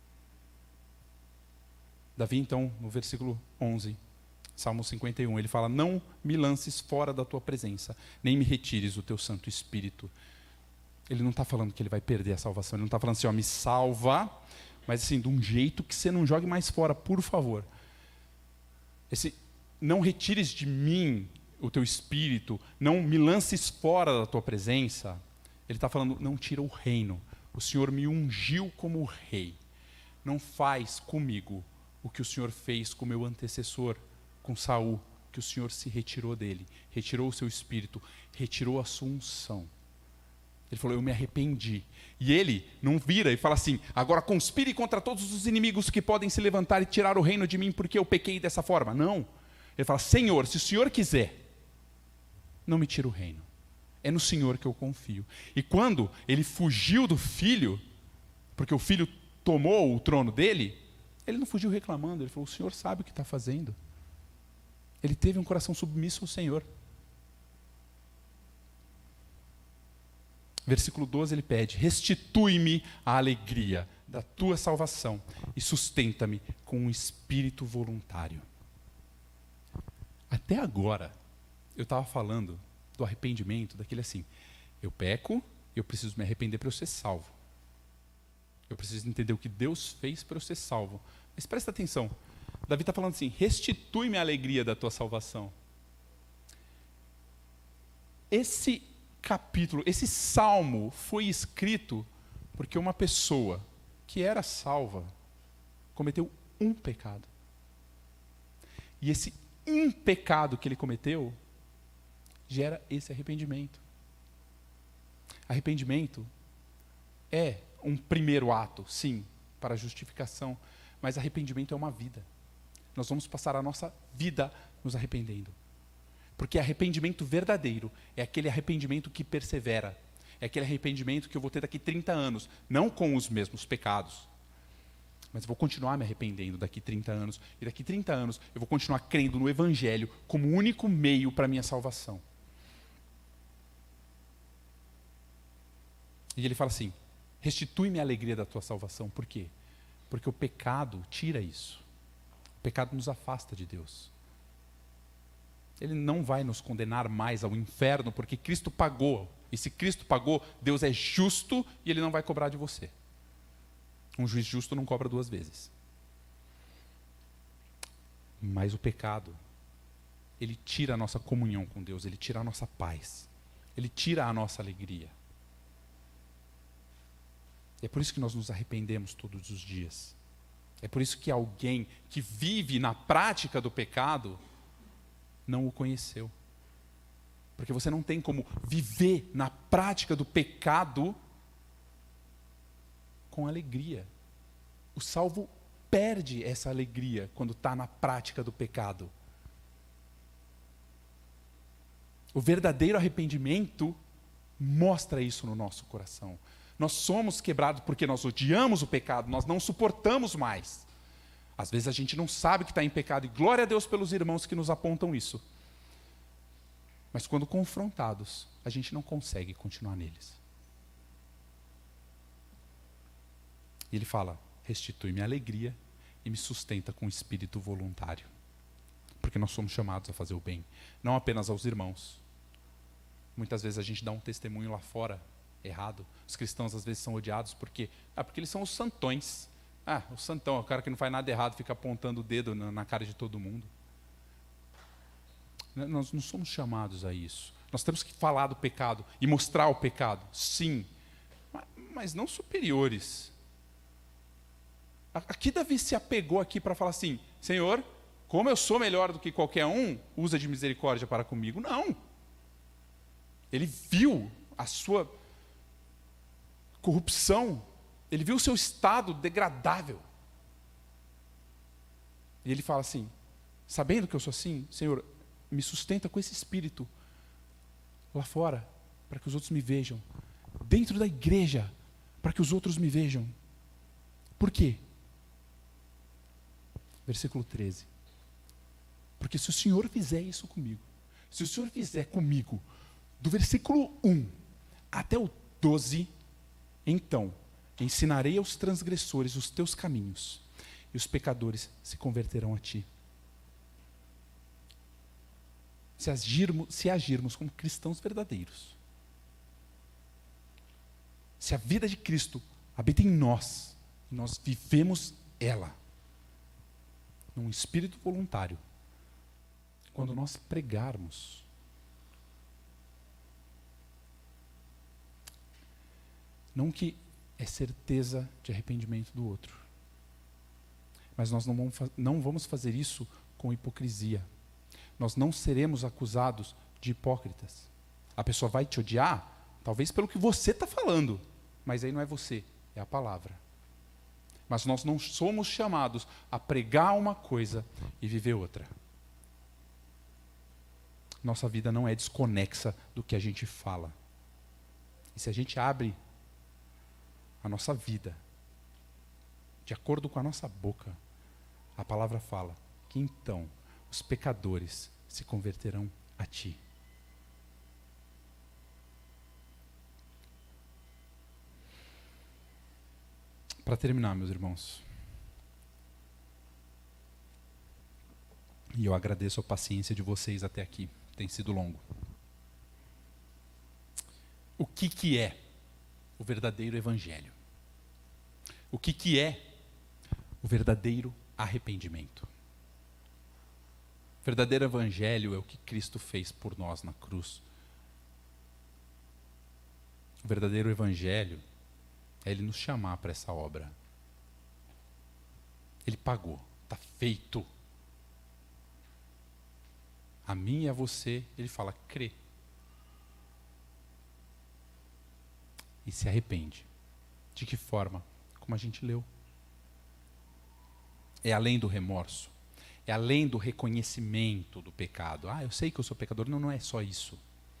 Davi, então, no versículo 11, Salmo 51, ele fala, não me lances fora da tua presença, nem me retires o teu Santo Espírito. Ele não está falando que ele vai perder a salvação, ele não está falando assim, ó, me salva, mas assim, de um jeito que você não jogue mais fora, por favor. Não retires de mim o teu Espírito, não me lances fora da tua presença. Ele está falando, não tira o reino. O Senhor me ungiu como rei. Não faz comigo o que o Senhor fez com o meu antecessor, com Saul, que o Senhor se retirou dele, retirou o seu espírito, retirou a sua unção. Ele falou, eu me arrependi. E ele não vira e fala assim, agora conspire contra todos os inimigos que podem se levantar e tirar o reino de mim porque eu pequei dessa forma. Não. Ele fala, Senhor, se o Senhor quiser, não me tira o reino. É no Senhor que eu confio. E quando ele fugiu do filho, porque o filho tomou o trono dele, ele não fugiu reclamando, ele falou, o Senhor sabe o que está fazendo. Ele teve um coração submisso ao Senhor. Versículo 12 ele pede, restitui-me a alegria da tua salvação e sustenta-me com um espírito voluntário. Até agora, eu estava falando do arrependimento, daquele assim, eu peco, eu preciso me arrepender para eu ser salvo. Eu preciso entender o que Deus fez para eu ser salvo. Mas presta atenção, Davi está falando assim, restitui-me a alegria da tua salvação. Esse capítulo, esse salmo foi escrito porque uma pessoa que era salva cometeu um pecado. E esse um pecado que ele cometeu gera esse arrependimento. Arrependimento é um primeiro ato, sim, para a justificação, mas arrependimento é uma vida. Nós vamos passar a nossa vida nos arrependendo. Porque arrependimento verdadeiro é aquele arrependimento que persevera. É aquele arrependimento que eu vou ter daqui 30 anos, não com os mesmos pecados, mas vou continuar me arrependendo daqui 30 anos, e daqui 30 anos eu vou continuar crendo no Evangelho como o único meio para a minha salvação. E ele fala assim, restitui-me a alegria da tua salvação. Por quê? Porque o pecado tira isso. O pecado nos afasta de Deus. Ele não vai nos condenar mais ao inferno, porque Cristo pagou. E se Cristo pagou, Deus é justo e Ele não vai cobrar de você. Um juiz justo não cobra duas vezes. Mas o pecado, ele tira a nossa comunhão com Deus, ele tira a nossa paz, ele tira a nossa alegria. E é por isso que nós nos arrependemos todos os dias. É por isso que alguém que vive na prática do pecado não o conheceu. Porque você não tem como viver na prática do pecado com alegria. O salvo perde essa alegria quando está na prática do pecado. O verdadeiro arrependimento mostra isso no nosso coração. Nós somos quebrados porque nós odiamos o pecado, nós não suportamos mais. Às vezes a gente não sabe que está em pecado, e glória a Deus pelos irmãos que nos apontam isso. Mas quando confrontados, a gente não consegue continuar neles. E ele fala, restitui-me a alegria e me sustenta com espírito voluntário. Porque nós somos chamados a fazer o bem, não apenas aos irmãos. Muitas vezes a gente dá um testemunho lá fora, errado. Os cristãos às vezes são odiados porque eles são os santões. O santão, o cara que não faz nada errado, fica apontando o dedo na cara de todo mundo. Nós não somos chamados a isso. Nós temos que falar do pecado e mostrar o pecado, sim, mas não superiores. Aqui Davi se apegou aqui para falar assim, Senhor, como eu sou melhor do que qualquer um, usa de misericórdia para comigo. Não. Ele viu a sua corrupção, ele viu o seu estado degradável. E ele fala assim, sabendo que eu sou assim, Senhor, me sustenta com esse espírito lá fora, para que os outros me vejam. Dentro da igreja, para que os outros me vejam. Por quê? Versículo 13. Porque se o Senhor fizer isso comigo, se o Senhor fizer comigo, do versículo 1 até o 12, então ensinarei aos transgressores os teus caminhos, e os pecadores se converterão a ti. Se agirmos como cristãos verdadeiros, se a vida de Cristo habita em nós, e nós vivemos ela, num espírito voluntário, quando nós pregarmos, não que é certeza de arrependimento do outro, mas nós não vamos fazer isso com hipocrisia. Nós não seremos acusados de hipócritas. A pessoa vai te odiar, talvez pelo que você está falando, mas aí não é você, é a palavra. Mas nós não somos chamados a pregar uma coisa e viver outra. Nossa vida não é desconexa do que a gente fala. E se a gente abre a nossa vida de acordo com a nossa boca, a palavra fala que então os pecadores se converterão a ti. Para terminar, meus irmãos, e eu agradeço a paciência de vocês até aqui, tem sido longo. O que é o verdadeiro evangelho? O que é o verdadeiro arrependimento? O verdadeiro evangelho é o que Cristo fez por nós na cruz. O verdadeiro evangelho é Ele nos chamar para essa obra. Ele pagou, está feito. A mim e a você, Ele fala, crê. E se arrepende. De que forma? Como a gente leu. É além do remorso. É além do reconhecimento do pecado. Eu sei que eu sou pecador. Não, não é só isso.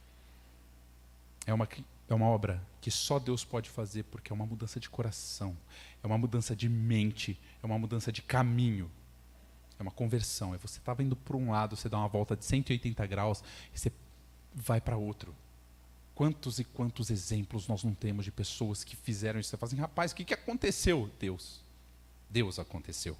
É uma obra que só Deus pode fazer, porque é uma mudança de coração. É uma mudança de mente. É uma mudança de caminho. É uma conversão. É você estava indo para um lado, você dá uma volta de 180 graus e você vai para outro. Quantos e quantos exemplos nós não temos de pessoas que fizeram isso? Você fala assim, rapaz, o que aconteceu? Deus aconteceu.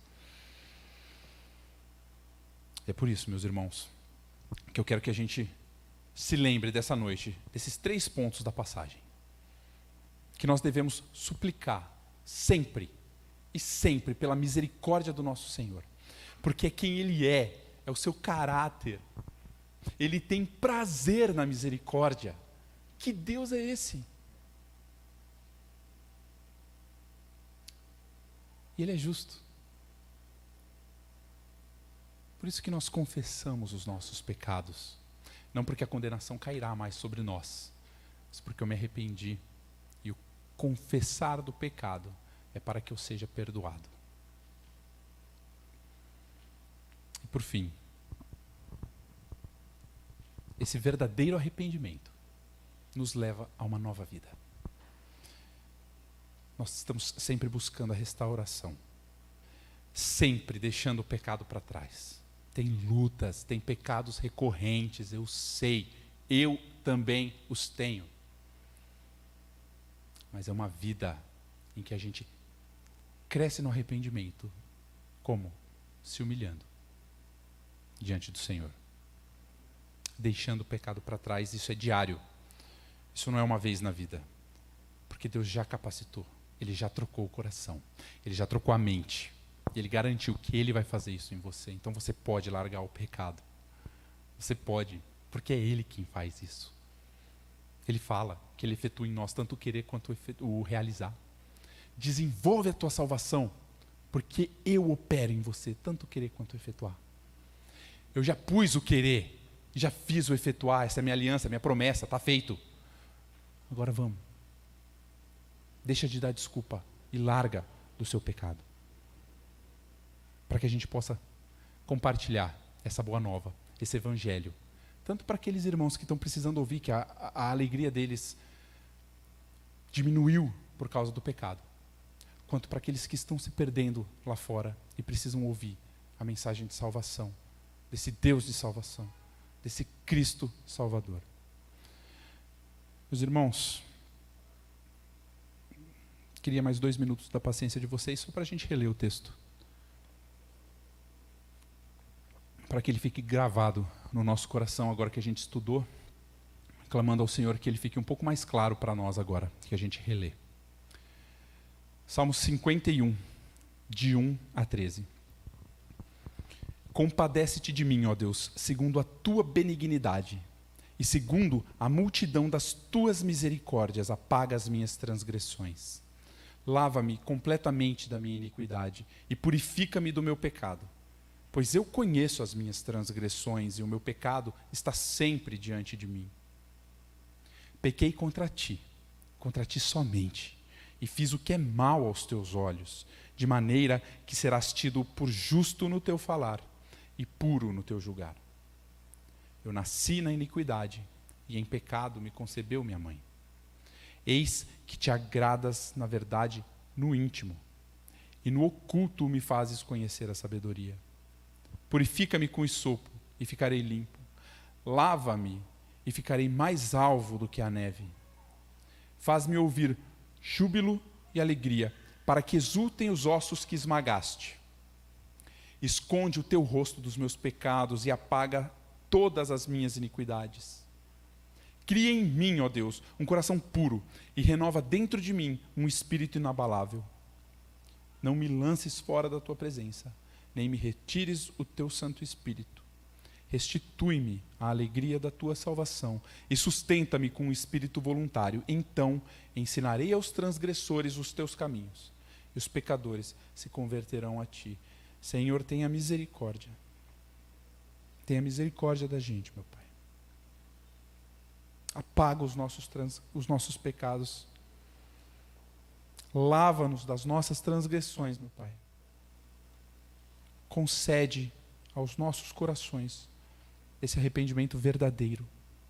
É por isso, meus irmãos, que eu quero que a gente se lembre dessa noite, desses 3 pontos da passagem. Que nós devemos suplicar sempre e sempre pela misericórdia do nosso Senhor. Porque é quem Ele é o seu caráter. Ele tem prazer na misericórdia. Que Deus é esse? E Ele é justo. Por isso que nós confessamos os nossos pecados. Não porque a condenação cairá mais sobre nós, mas porque eu me arrependi. E o confessar do pecado é para que eu seja perdoado. E por fim, esse verdadeiro arrependimento nos leva a uma nova vida. Nós estamos sempre buscando a restauração, sempre deixando o pecado para trás. Tem lutas, tem pecados recorrentes, eu sei, eu também os tenho. Mas é uma vida em que a gente cresce no arrependimento. Como? Se humilhando diante do Senhor. Deixando o pecado para trás, isso é diário. Isso não é uma vez na vida. Porque Deus já capacitou. Ele já trocou o coração. Ele já trocou a mente. E Ele garantiu que Ele vai fazer isso em você. Então você pode largar o pecado. Você pode, porque é Ele quem faz isso. Ele fala que Ele efetua em nós tanto o querer quanto o realizar. Desenvolve a tua salvação, porque eu opero em você tanto o querer quanto o efetuar. Eu já pus o querer, já fiz o efetuar, essa é a minha aliança, a minha promessa, está feito. Agora vamos. Deixa de dar desculpa e larga do seu pecado. Para que a gente possa compartilhar essa boa nova, esse evangelho. Tanto para aqueles irmãos que estão precisando ouvir que a alegria deles diminuiu por causa do pecado, quanto para aqueles que estão se perdendo lá fora e precisam ouvir a mensagem de salvação, desse Deus de salvação, desse Cristo Salvador. Meus irmãos, queria mais 2 minutos da paciência de vocês, só para a gente reler o texto. Para que ele fique gravado no nosso coração agora que a gente estudou, clamando ao Senhor que ele fique um pouco mais claro para nós agora, que a gente relê. Salmo 51, de 1 a 13. Compadece-te de mim, ó Deus, segundo a tua benignidade, e segundo a multidão das tuas misericórdias, apaga as minhas transgressões. Lava-me completamente da minha iniquidade e purifica-me do meu pecado. Pois eu conheço as minhas transgressões e o meu pecado está sempre diante de mim. Pequei contra ti somente, e fiz o que é mal aos teus olhos, de maneira que serás tido por justo no teu falar e puro no teu julgar. Eu nasci na iniquidade, e em pecado me concebeu minha mãe. Eis que te agradas, na verdade, no íntimo, e no oculto me fazes conhecer a sabedoria. Purifica-me com esopo, e ficarei limpo. Lava-me, e ficarei mais alvo do que a neve. Faz-me ouvir júbilo e alegria, para que exultem os ossos que esmagaste. Esconde o teu rosto dos meus pecados e apaga todas as minhas iniquidades. Cria em mim, ó Deus, um coração puro e renova dentro de mim um espírito inabalável. Não me lances fora da tua presença, nem me retires o teu Santo Espírito. Restitui-me a alegria da tua salvação e sustenta-me com um espírito voluntário. Então ensinarei aos transgressores os teus caminhos, e os pecadores se converterão a ti. Senhor, tenha misericórdia. Tenha misericórdia da gente, meu Pai. Apaga os nossos pecados. Lava-nos das nossas transgressões, meu Pai. Concede aos nossos corações esse arrependimento verdadeiro,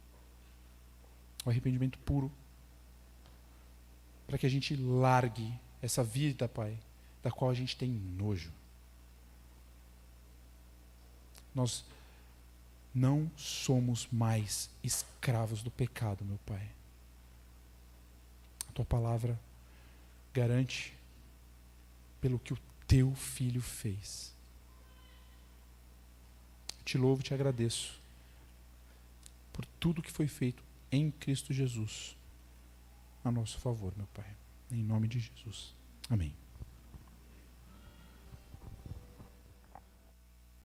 o arrependimento puro, para que a gente largue essa vida, Pai, da qual a gente tem nojo. Nós não somos mais escravos do pecado, meu Pai. A tua palavra garante pelo que o teu Filho fez. Eu te louvo e te agradeço por tudo que foi feito em Cristo Jesus a nosso favor, meu Pai. Em nome de Jesus. Amém.